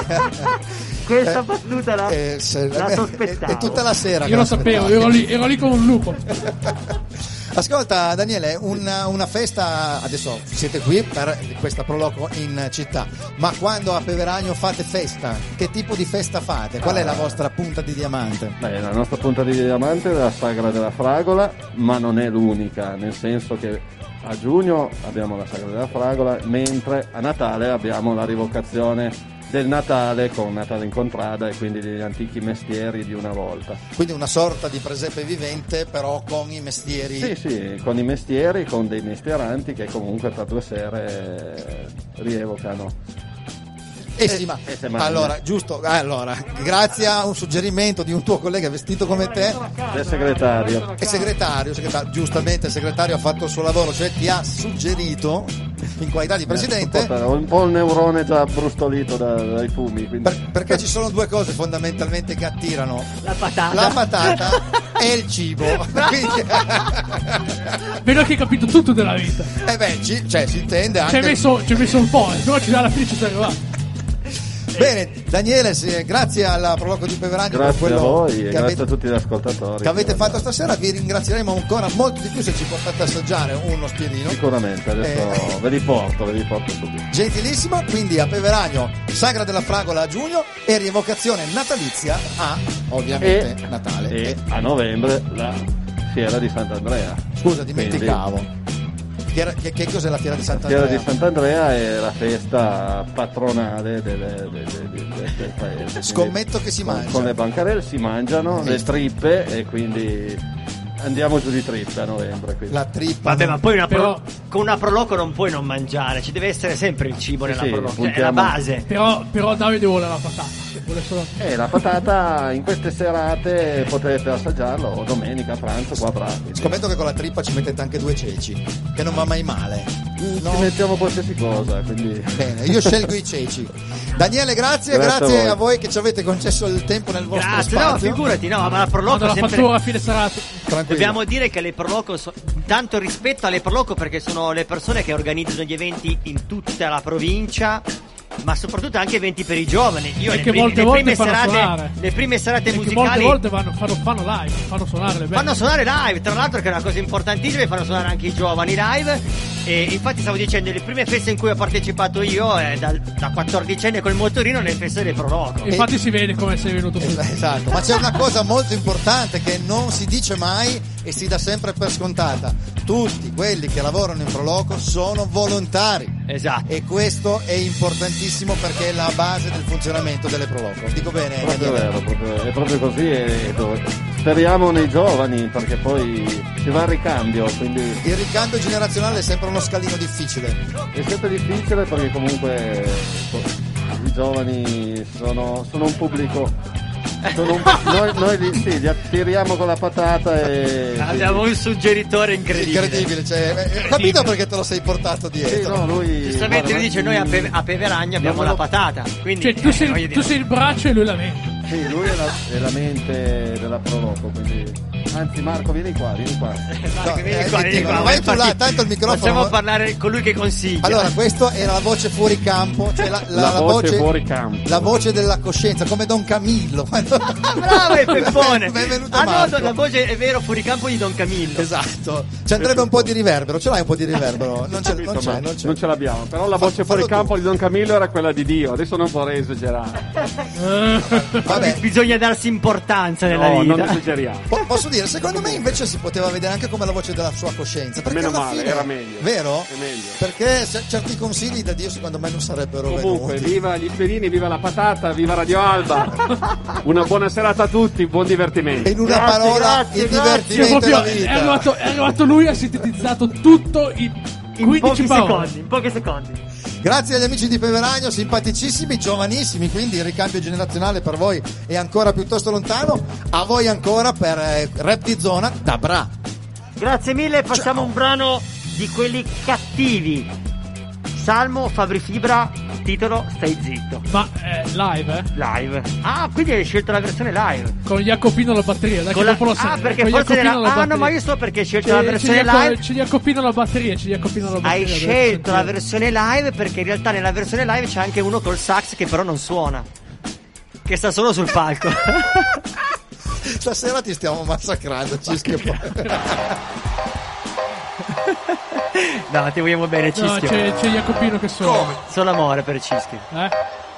Questa Eh, battuta la, eh, se- la è- sospettavo. È tutta la sera. che Io lo l'aspettavo. sapevo, ero lì, ero lì come un lupo. Ascolta Daniele, una, una festa, adesso siete qui per questa Proloco in città, ma quando a Peveragno fate festa, che tipo di festa fate? Qual è la vostra punta di diamante? Beh, la nostra punta di diamante è la sagra della fragola, ma non è l'unica, nel senso che a giugno abbiamo la sagra della fragola, mentre a Natale abbiamo la rivocazione del Natale con Natale in contrada e quindi degli antichi mestieri di una volta. Quindi una sorta di presepe vivente, però con i mestieri. Sì, sì, con i mestieri, con dei mestieranti che comunque per due sere eh, rievocano. Eh sì, ma e se mangia. allora, giusto, allora, grazie a un suggerimento di un tuo collega vestito come te, Del segretario. è segretario, segretario, giustamente il segretario ha fatto il suo lavoro, cioè ti ha suggerito in qualità di presidente. Ho un po' il neurone già brustolito da- dai fumi. Quindi... Per- perché ci sono due cose fondamentalmente che attirano: La patata. la patata e il cibo. Quindi, Vedo che hai capito tutto della vita. eh beh, ci- cioè, si intende Ci anche. hai messo, ci hai messo un po', eh, però ci alla fine ci sei arrivato. Bene, Daniele, se- grazie alla Proloco di Peveragno per Grazie a quello voi e che grazie avete, a tutti gli ascoltatori. che avete fatto stasera. Vi ringrazieremo ancora molto di più se ci portate a assaggiare uno spiedino. Sicuramente, adesso Eh. ve li porto, ve li porto subito. Gentilissimo, quindi a Peveragno, Sagra della Fragola a giugno e rievocazione natalizia a, ovviamente, E, Natale. e a novembre la fiera di Sant'Andrea. Scusa, Quindi, dimenticavo. Fiera- che, che cos'è la fiera di La Sant'Andrea? fiera di Sant'Andrea è la festa patronale del, del- del- del- del paese. Quindi Scommetto che si con, mangia. con le bancarelle si mangiano le trippe e quindi andiamo giù di trippe a novembre. Quindi. La trippa. Vabbè, ma poi una Però- pro- con una Proloco non puoi non mangiare, ci deve essere sempre il cibo Sì, nella sì, Proloco, cioè, è la puntiamo- base. Però, però Davide vuole la patata. Vuole solo... Eh, la patata in queste serate potete assaggiarlo o domenica a pranzo qua a Bra. quindi Scommetto che con la trippa ci mettete anche due ceci, che non va mai male. No? Ci mettiamo qualsiasi cosa, quindi... Bene, io scelgo i ceci. Daniele, grazie, grazie, Grazie a voi. a voi che ci avete concesso il tempo nel vostro Grazie, no, spazio. figurati, no, ma la Proloco Mando è la sempre... fattura a fine serata. Tranquillo. Dobbiamo dire che le Proloco so- tanto rispetto alle Proloco perché sono le persone che organizzano gli eventi in tutta la provincia ma soprattutto anche eventi per i giovani. Io E le, che prime, molte le volte prime fanno serate, suonare. le prime serate E che musicali molte volte vanno, fanno, fanno live, fanno suonare le band. fanno suonare live, tra l'altro che è una cosa importantissima, fanno suonare anche i giovani live. E infatti stavo dicendo, le prime feste in cui ho partecipato io è dal, da quattordicenne col motorino nelle feste del Proloco. Infatti si vede come sei venuto qui. Esatto, ma c'è una cosa molto importante che non si dice mai e si dà sempre per scontata. Tutti quelli che lavorano in Proloco sono volontari. Esatto. E questo è importantissimo perché è la base del funzionamento delle Proloco. Dico bene? Proprio Daniele? vero, proprio- è proprio così e dove- speriamo nei giovani perché poi si va al ricambio, quindi Il ricambio generazionale è sempre uno scalino difficile. è sempre difficile perché comunque so, i giovani sono, sono un pubblico. Sono un- noi noi li, sì, li attiriamo con la patata e. Abbiamo un suggeritore incredibile. Incredibile, cioè, eh, ho capito perché te lo sei portato Sì, dietro. no, lui. Giustamente guarda, lui dice noi a, Pe- a Peveragna abbiamo Non me la lo- patata. Quindi Cioè, tu eh, sei, voglio tu dire- sei il braccio e lui la mente. Sì, lui è la, è la mente della Proloco, quindi. Anzi Marco, vieni qua, vieni qua. Marco, No, vieni eh, qua, ti- vieni qua. vai tu là, Infatti, tanto il microfono- Facciamo parlare con lui che consiglia. Allora, questo era la voce fuori campo, cioè la, la- La la voce fuori campo. la voce della coscienza, come Don Camillo. Bravo il Peppone. Benvenuto Ah no, Marco. la voce è vero, fuori campo di Don Camillo. Esatto. Ci andrebbe un po' di riverbero, ce l'hai un po' di riverbero? Non c'è, non c'è, Ma non c'è. non ce l'abbiamo, però la Fa- voce fuori fallo tu. campo di Don Camillo era quella di Dio, adesso non vorrei esagerare. Vabbè, Bisogna darsi importanza nella No, vita. non esageriamo. po- posso dire, secondo me invece si poteva vedere anche come la voce della sua coscienza. Perché Meno alla male, fine- era meglio. Vero? È meglio. Perché c- certi consigli da Dio secondo me non sarebbero Comunque, venuti. viva gli Sperini, viva la patata, viva Radio Alba. Una buona serata a tutti, buon divertimento. E in una Grazie, parola, grazie, il grazie. Cioè, divertimento è proprio, la è, vita. arrivato, è arrivato lui, ha sintetizzato tutto in In quindici pochi parole. secondi, in pochi secondi. Grazie agli amici di Peveragno, simpaticissimi, giovanissimi, quindi il ricambio generazionale per voi è ancora piuttosto lontano. A voi ancora per eh, Rap di Zona da Bra. Grazie mille, passiamo un brano di quelli cattivi. Salmo, Fabri Fibra, titolo Stai zitto. Ma eh, live, eh? Live. Ah, quindi hai scelto la versione live. Con Jacopino alla batteria. Dai, Con che la- dopo lo ah, sai. perché Con forse Jacopino era... alla Ah, no, batteria. ma io so perché hai scelto C'è- la c'è versione Jaco- live. C'è Jacopino alla batteria, c'è Jacopino alla batteria. Hai deve scelto la sentire. versione live perché in realtà nella versione live c'è anche uno col sax che però non suona. Che sta solo sul palco. Stasera ti stiamo massacrando, Cischio. No, ti vogliamo bene, No, Cischio. c'è, c'è Jacopino che suona. Solo amore per Cischio. Eh?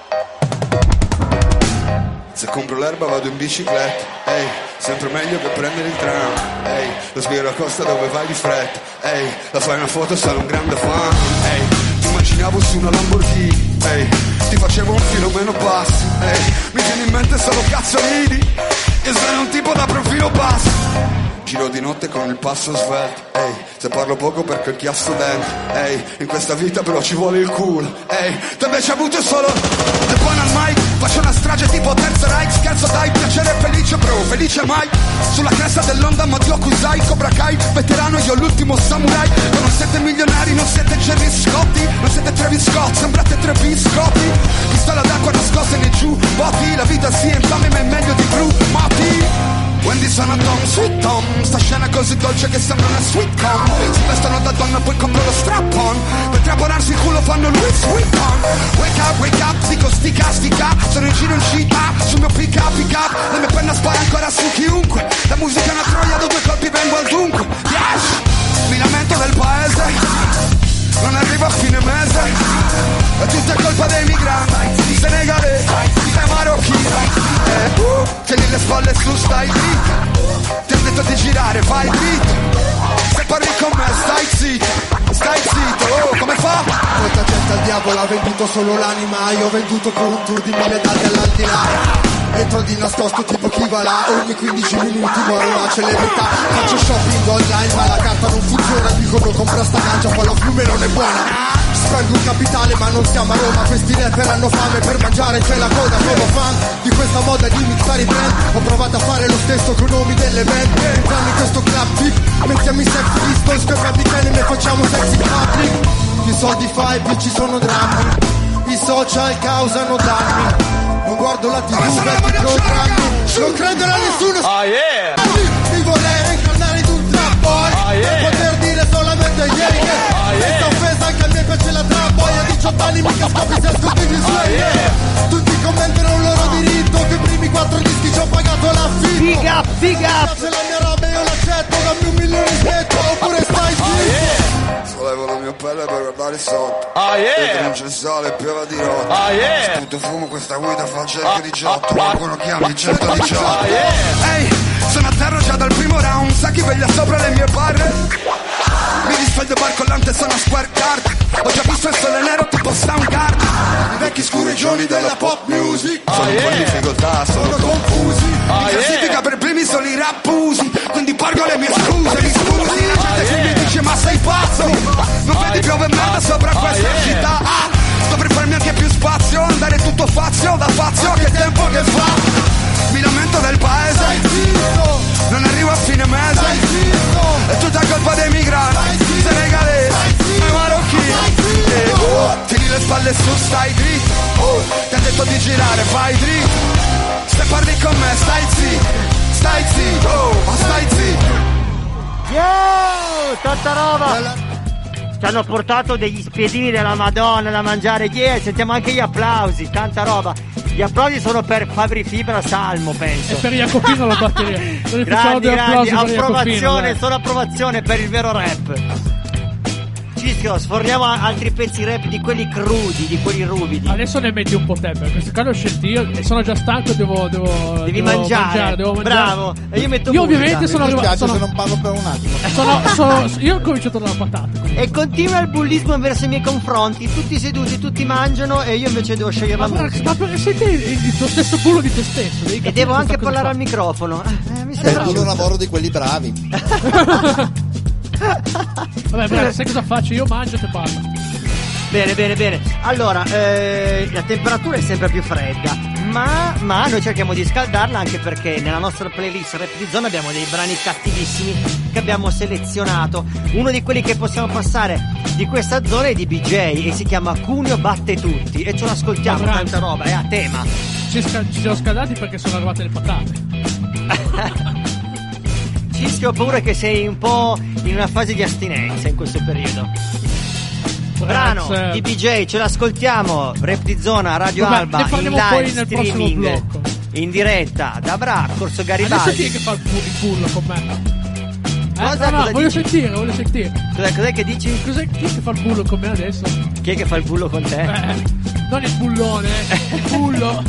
Se compro l'erba vado in bicicletta, ehi, sempre meglio che prendere il tram, ehi, lo spiego a costa dove vai di fretta, ehi, la fai una foto sono un grande fan, ehi, ti immaginavo su una Lamborghini, ehi, ti facevo un filo meno basso, ehi, mi viene in mente solo cazzolini, io sono un tipo da profilo basso. Giro di notte con il passo svelto, ehi, se parlo poco perché il chiasso dentro, ehi, in questa vita però ci vuole il culo, ehi, tu invece hai avuto solo The One al mic, faccio una strage tipo Terzo Reich, scherzo dai, piacere felice bro, felice mai, sulla cresta dell'onda ma ti accusai, Cobra Kai, veterano io l'ultimo samurai, ma non siete milionari, non siete Gerry Scotti, non siete Travis Scott, sembrate tre biscotti, pistola d'acqua nascosta nei giubbotti, la vita si infame ma è meglio di Blue Motti. Wendy sono Tom, Sweet Tom, sta scena così dolce che sembra una sweetcom. Si vestono da donna poi compro lo strap-on, per traponarsi il culo fanno Louis Vuitton. Wake up, wake up, dico stica, stica, sono in giro in città, sul mio pick up, pick up, la mia penna spara ancora su chiunque, la musica è una troia, da due colpi vengo al dunque. Yes, mi lamento del paese, non arrivo a fine mese, è tutta colpa dei migranti, senegalesi, e marocchini, eh, uh, tieni le spalle su, stai dritto, ti ho detto di girare, vai dritto, se parli con me stai zitto, stai zitto, oh, come fa? Quanta gente al diavolo ha venduto solo l'anima, io ho venduto con un tour di mille dati all'aldilà. Entro di nascosto tipo chi va là, ogni quindici minuti muore una celebrità. Faccio shopping online ma la carta non funziona, dicono compra sta gancia, poi lo fiume non è buona. Spendo un capitale ma non siamo a Roma, questi rapper hanno fame per mangiare, c'è la coda, sono fan di questa moda di mixare i trend. Ho provato a fare lo stesso con nomi delle band, entrando in questo club tip, mettiamo i sex pistols, che capitani ne facciamo sexy public. Più soldi fai più ci sono drammi, i social causano danni. Non guardo la tivù, vecchi programmi, non credo a nessuno. Oh yeah! Mi vorrei incarnare in un trap boy, Oh yeah! per poter dire dire solamente ieri che questa offesa anche a me piace la trap. Poi a diciotto anni mica scopi se ascolti gli suoi, yeah. Tutti commentano un loro diritto, che i primi quattro dischi ci ho pagato l'affitto. Figa, figa. Se la mia roba io l'accetto, dammi un milione di smetto oppure stai zitto. Solevo la mia pelle per guardare sotto. Ah yeah. Non c'è sole, piova di notte. Ah yeah. Sputo fumo, questa guida fa cerca di giotto. Qualcuno chiama il centodiciotto. Ah yeah. Ehi, sono a terra già dal primo round. Sa chi veglia sopra le mie barre? Mi risveglio bar collante, sono a square card. Ho già visto il sole nero tipo Soundgarden. I vecchi scurreggioni della pop music ah sono yeah. un po' in difficoltà, sono, sono confusi. ah In classifica yeah. per primi sono i rappusi. Quindi porgo le mie scuse, mi scusi. La gente ah qui yeah. mi dice ma sei pazzo. Non ah vedi yeah. piove merda sopra ah questa yeah. città. Ah, sto per farmi anche più spazio. Andare tutto fazio da fazio, che tempo che fa. Mi lamento del paese, non arrivo a fine mese. È tutta colpa dei migranti, senegalesi e marocchini. eh, uh, Tieni le spalle su, stai dritto. uh, Ti ha detto di girare, vai dritto. Se parli con me stai zitto, stai zitto, oh, stai zitto. Yo, tanta roba. Ci hanno portato degli spiedini della Madonna da mangiare. Yeah, sentiamo anche gli applausi, tanta roba. Gli applausi sono per Fabri Fibra Salmo, penso. E per Jacopino la batteria. Noi facciamo Grandi, due grandi, applausi per Jacopino, approvazione, dai. solo approvazione per il vero rap. Cischio, sforniamo altri pezzi rap di quelli crudi, di quelli ruvidi. Adesso ne metti un po' te, perché questi qua li ho scelti io e sono già stanco, devo, devo, Devi devo mangiare. mangiare, devo mangiare. Bravo. E io metto Io musica. ovviamente sono Mi arrivato. dispiace Sono, se non parlo per un attimo. sono, sono, io ho cominciato dalla patata. Comunque. E continua il bullismo verso i miei confronti. Tutti seduti, tutti mangiano e io invece devo scegliere Ma, la ma, musica. ma per- senti il, il tuo stesso culo di te stesso. devi E capire devo questa anche cosa parlare qua. al microfono. Eh, mi È sembra pure un lavoro di quelli bravi. Vabbè, bravo, sai cosa faccio? Io mangio e te parlo. Bene, bene, bene. Allora, eh, la temperatura è sempre più fredda, ma, ma noi cerchiamo di scaldarla anche perché nella nostra playlist Rap di Zona abbiamo dei brani cattivissimi che abbiamo selezionato. Uno di quelli che possiamo passare di questa zona è di B J e si chiama Cuneo batte tutti e ce lo ascoltiamo, Ma tanta roba, è a tema. Ci, sca- ci siamo scaldati perché sono arrivate le patate. Cischio, ho paura che sei un po' in una fase di astinenza in questo periodo. Brano Grazie. di B J, ce l'ascoltiamo. Rap di Zona, Radio Vabbè, Alba, ne in parliamo live poi nel prossimo streaming, blocco. in diretta da Bra, Corso Adesso chi è Garibaldi. che fa il, pu- il pullo con me? Eh, Cosa- no, no, cosa voglio dici? sentire, voglio sentire. Cos'è, cos'è che dici? Cos'è, chi è che fa il bullo con me adesso? Chi è che fa il bullo con te? Eh, non il bullone, eh, il bullo.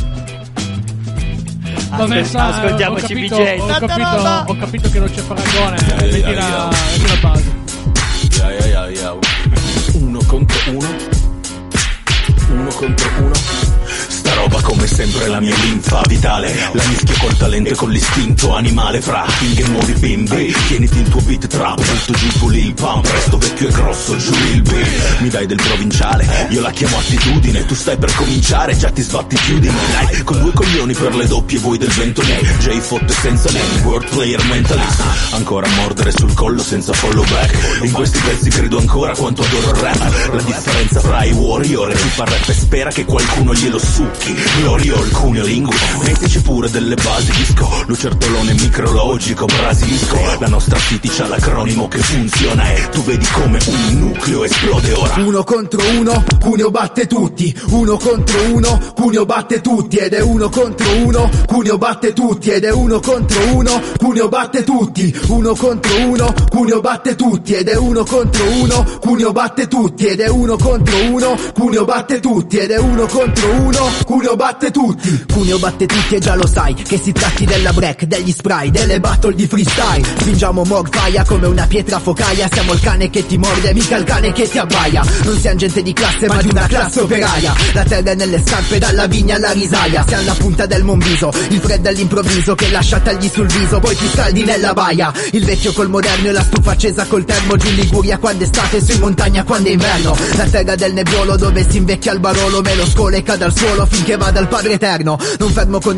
Vabbè, Ascol- sa, ascoltiamoci ho capito, B J. Ho Tanta capito, roba! ho capito che non c'è paragone. Yeah, metti yeah, la, yeah. metti la base. Yeah, yeah, yeah, yeah. Uno contro uno. Uno contro uno. Sta roba come sempre la mia linfa vitale. La mischio col talento e con l'istinto animale. Fra king e nuovi bimbi. Tieniti il tuo beat trap, butto giù il tuo lil pump. Presto vecchio e grosso, giù il beat. Mi dai del provinciale, io la chiamo attitudine. Tu stai per cominciare, già ti sbatti più di me. Dai, con due coglioni per le doppie, voi del vento ne. J fotte senza name, world player mentalist. Ancora a mordere sul collo senza follow back. In questi pezzi credo ancora quanto adoro il rap. La differenza fra i warrior e chi fa rap e spera che qualcuno glielo succhi. Glorio, il cuneo lingue. Mettici pure delle basi disco. Lucertolone micrologico, brasilisco. La nostra city c'ha l'acronimo che funziona e tu vedi come un nucleo esplode ora. Uno contro uno, Cuneo batte tutti. Uno contro uno, Cuneo batte tutti. Ed è uno contro uno, Cuneo batte tutti. Ed è uno contro uno, Cuneo batte tutti. Uno contro uno, Cuneo batte tutti. Ed è uno contro uno, Cuneo batte tutti. Ed è uno contro uno, Cuneo batte tutti. Ed è uno contro uno, Cuneo batte tutti. Cuneo batte tutti e già lo sai, che si tratti della break, degli spray, delle battle di freestyle. Spingiamo mortaia come una pietra focaia. Siamo il cane che ti morde, mica il cane che ti abbaia. Non siamo gente di classe ma di una classe operaia. La terra è nelle scarpe, dalla vigna alla risaia. Siamo la punta del Monviso, il freddo all'improvviso che lascia tagli sul viso, poi ti scaldi nella baia. Il vecchio col moderno e la stufa accesa col termo. Giù in Liguria quando è estate, su in montagna quando è inverno. La terra del nebbiolo dove si invecchia il barolo. Me lo scoleca dal suolo finché vada il Padre Eterno. Non fermo con il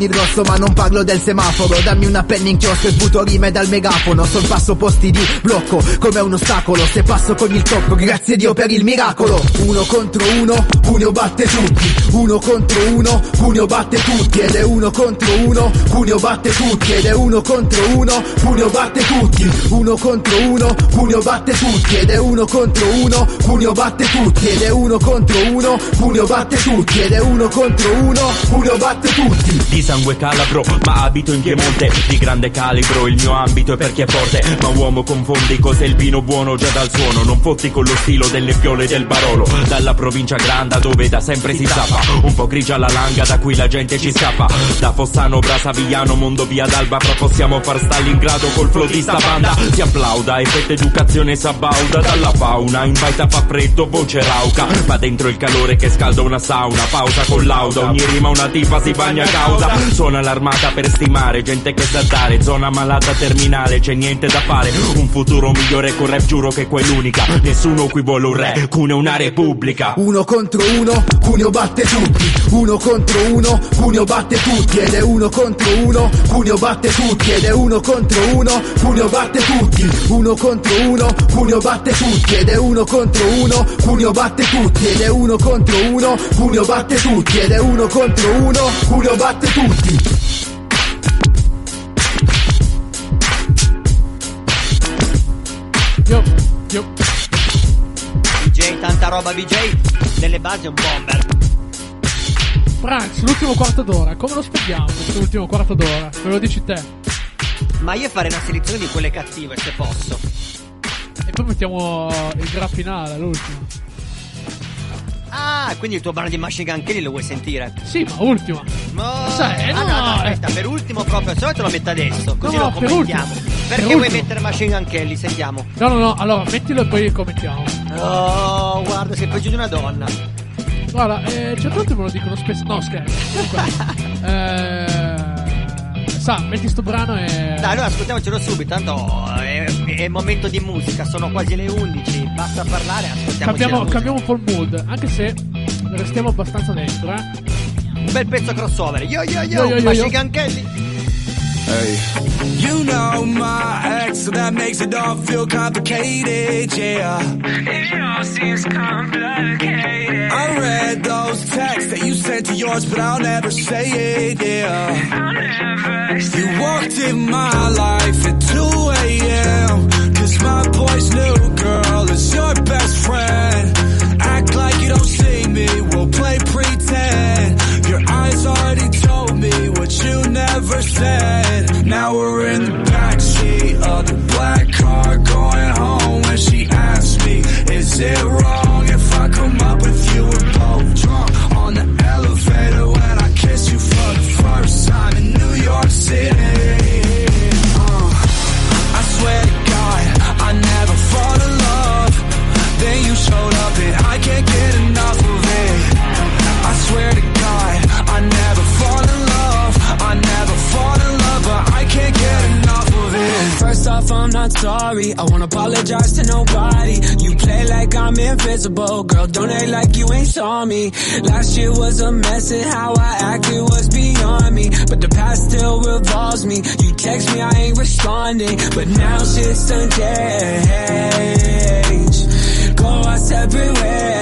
il rosso ma non parlo del semaforo. Dammi una penna in chiosco e sputo rime dal megafono. Sul passo posti di blocco come un ostacolo. Se passo con il tocco, grazie Dio per il miracolo. Uno contro uno, Cuneo batte tutti. Uno contro uno, Cuneo batte tutti. Ed è uno contro uno, Cuneo batte tutti. Ed è uno contro uno, Cuneo batte tutti. Uno contro uno, Cuneo batte tutti. Ed è uno contro uno, Cuneo batte tutti. Ed è uno contro uno, Cuneo batte tutti. Ed è uno contro uno, Cuneo batte tutti. Di sangue calabro, ma abito in Piemonte. Di grande calibro, il mio ambito è per chi è forte. Ma uomo confondi cos'è il vino buono già dal suono. Non fotti con lo stilo delle fiole del Barolo. Dalla provincia granda dove da sempre si zappa. Un po' grigia la langa da cui la gente ci scappa. Da Fossano, Brasavigliano, Mondo via d'Alba. Però possiamo far Stalingrado col flow di sta banda. Si applauda, effetto educazione s'abbauda. Dalla fauna, in baita fa freddo, voce rauca. Ma dentro il calore che scalda una sauna. Pausa con lauda, ogni rima una tipa si bagna a causa. Suona l'armata per stimare, gente che sa dare. Zona malata terminale, c'è niente da fare. Un futuro migliore con rap, giuro che qua è l'unica. Nessuno qui vuole un re, Cuneo è una repubblica. Uno contro uno, Cuneo batte tutti. Uno contro uno, Cuneo batte tutti. Ed è uno contro uno, Cuneo batte tutti. Ed è uno contro uno, Cuneo batte tutti. Uno contro uno, Cuneo batte tutti. Ed è uno contro uno, Cuneo batte tutti. Ed è uno contro uno, Cuneo batte tutti. Ed è uno contro uno, Cuneo batte tutti. Yo, yo. D J, tanta roba D J. Nelle basi è un bomber. Franz, l'ultimo quarto d'ora, come lo spieghiamo questo ultimo quarto d'ora? Me lo dici te? Ma io farei una selezione di quelle cattive, se posso. E poi mettiamo il gra finale, l'ultimo. Ah, quindi il tuo brano di Machine Gun Kelly lo vuoi sentire? Sì, ma ultima. No, Sai, ah, no, no, no, eh. aspetta, per ultimo proprio, se no te lo metto adesso, così No, lo per commentiamo. ultimo. Perché Per vuoi ultimo. mettere Machine Gun Kelly? Sentiamo. No, no, no, allora mettilo e poi commentiamo. Oh, guarda, sei peggio di una donna. Guarda, eh, certe volte me lo dicono spesso. No, scherzo. Comunque, eh, sa, metti sto brano e. Dai, allora ascoltiamocelo subito, tanto è, è momento di musica, sono quasi le undici, basta parlare, ascoltiamoci la Cambiamo, musica. cambiamo un po' il mood, anche se restiamo abbastanza dentro, eh. Un bel pezzo crossover. Yo yo yo, Yo, yo, yo, Machine yo. Gun Kelly. Hey. You know my ex, so that makes it all feel complicated, yeah. It all seems complicated. I read those texts that you sent to yours, but I'll never say it, yeah. I'll never say you walked in my life at two a.m. Cause my boy's new girl is your best friend. Act like you don't see me, we'll play pretend. Your eyes already told me what you never said. Now we're in the backseat of the black car going home. When she asked me, is it wrong if I come up with you? We're both drunk on the elevator when I kiss you for the first time in New York City. uh, I swear to God, I never fall in love. Then you showed up and I can't get enough of it. I swear to God, I never fall in love. I never fall in love, but I can't get enough of it. First off, I'm not sorry. I won't apologize to nobody. You play like I'm invisible. Girl, don't act like you ain't saw me. Last year was a mess and how I acted was beyond me. But the past still revolves me. You text me, I ain't responding. But now shit's done changed. Go our separate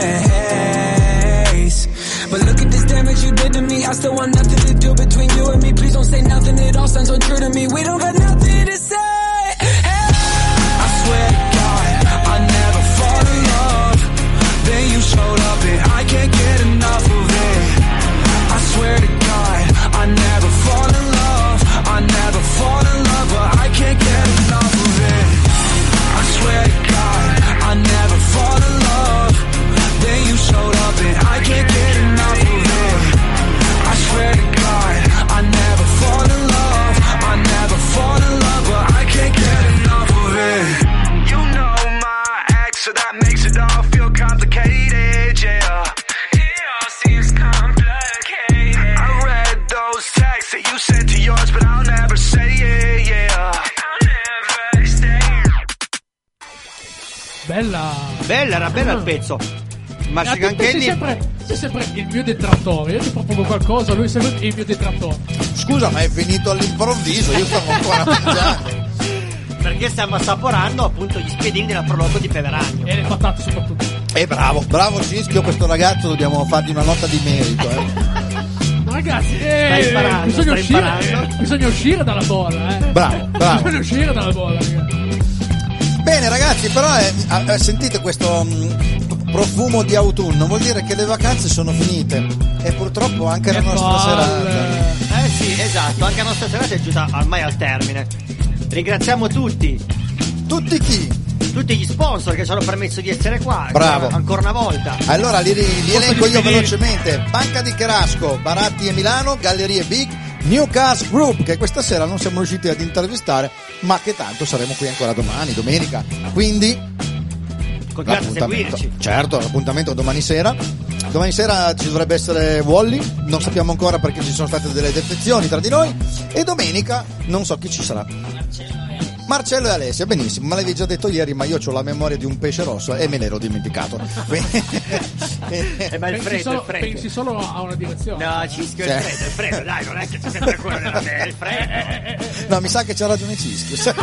ways. But look at this damage you did to me. I still want nothing to do between you and me. Please don't say nothing, it all sounds so true to me. We don't got nothing to say. Hey. I swear to God, I never fall in love. Then you showed up and I can't get enough of it. I swear to God, I never fall in love. I never fall in love, but I can't get enough of it. I swear to God, I never fall in love. Then you showed up and I can't get enough of it. I swear to God, I never fall in love. I never fall in love, but I can't get enough of it. You know my ex, so that makes it all feel complicated, yeah. It all seems complicated. I read those texts that you sent to yours, but I'll never say it, yeah. I'll never say it. Bella. Bella, era bella il pezzo. Ma Eh, te- te sei sempre, sei sempre il mio detrattore. Io ti propongo qualcosa, lui è sempre il mio detrattore. Scusa, ma è finito all'improvviso, io stavo ancora mangiando. Perché stiamo assaporando appunto gli spiedini della prologo di Peveragno. E le patate soprattutto. E bravo, bravo Cischio, questo ragazzo dobbiamo fargli una nota di merito. Eh. Ma ragazzi, Stai eh, imparando, bisogna, stai uscire, imparando. eh, bisogna uscire dalla bolla, eh. Bravo, bravo. Bisogna uscire dalla bolla, ragazzi. Bene ragazzi, però eh, eh, sentite questo mh, profumo di autunno, vuol dire che le vacanze sono finite e purtroppo anche la nostra serata. Eh sì, esatto, anche la nostra serata è giunta ormai al termine. Ringraziamo tutti. Tutti chi? Tutti gli sponsor che ci hanno permesso di essere qua. Bravo. Ancora una volta. Allora li, li Posso elenco io dispedir- velocemente: Banca di Cherasco, Baratti e Milano, Gallerie Big, New Cars Group, che questa sera non siamo riusciti ad intervistare, ma che tanto saremo qui ancora domani, domenica. Quindi Continuate a l'appuntamento- seguirci. certo, l'appuntamento domani sera. Domani sera ci dovrebbe essere Wally, non sappiamo ancora perché ci sono state delle defezioni tra di noi. E domenica non so chi ci sarà. Marcello e Alessia, benissimo, me l'avevi già detto ieri, ma io ho la memoria di un pesce rosso e me l'ero dimenticato. Eh, ma il pensi, freddo, solo, il freddo. pensi solo a una direzione. No, Cischio, il Sì. freddo, il freddo, dai, non è che c'è sempre quello nella me, il freddo. No, mi sa che c'ha ragione Cischio.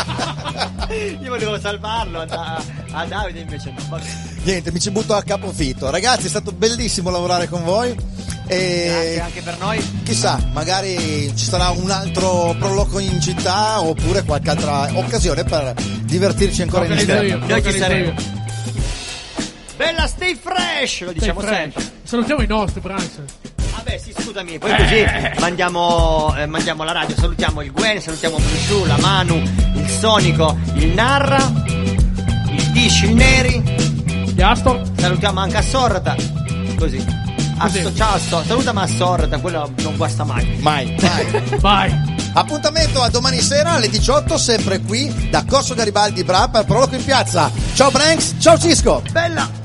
Io volevo salvarlo a, a Davide, invece no. Vabbè. Niente, mi ci butto a capofitto. Ragazzi, è stato bellissimo lavorare con voi. E Grazie anche per noi. chissà, magari ci sarà un altro proloco in città oppure qualche altra occasione per divertirci ancora in Organizzo esterno. io, Noi ci organizzo saremo. io. Bella, stay fresh, lo diciamo Stay fresh. sempre. Salutiamo i nostri, Bryce. Vabbè, sì, scusami, poi così mandiamo, eh, mandiamo la radio. Salutiamo il Gwen, salutiamo Blusciu, la Manu, il Sonico, il Narra, il Dish, il Neri. Astor. Salutiamo anche a Sorta. Così. Asso, ciao Asso, salutami a Sorta, quello non guasta mai. Mai, mai. Vai. Appuntamento a domani sera alle diciotto, sempre qui da Corso Garibaldi Bra per Proloco in Piazza. Ciao Branks, ciao Cisco. Bella.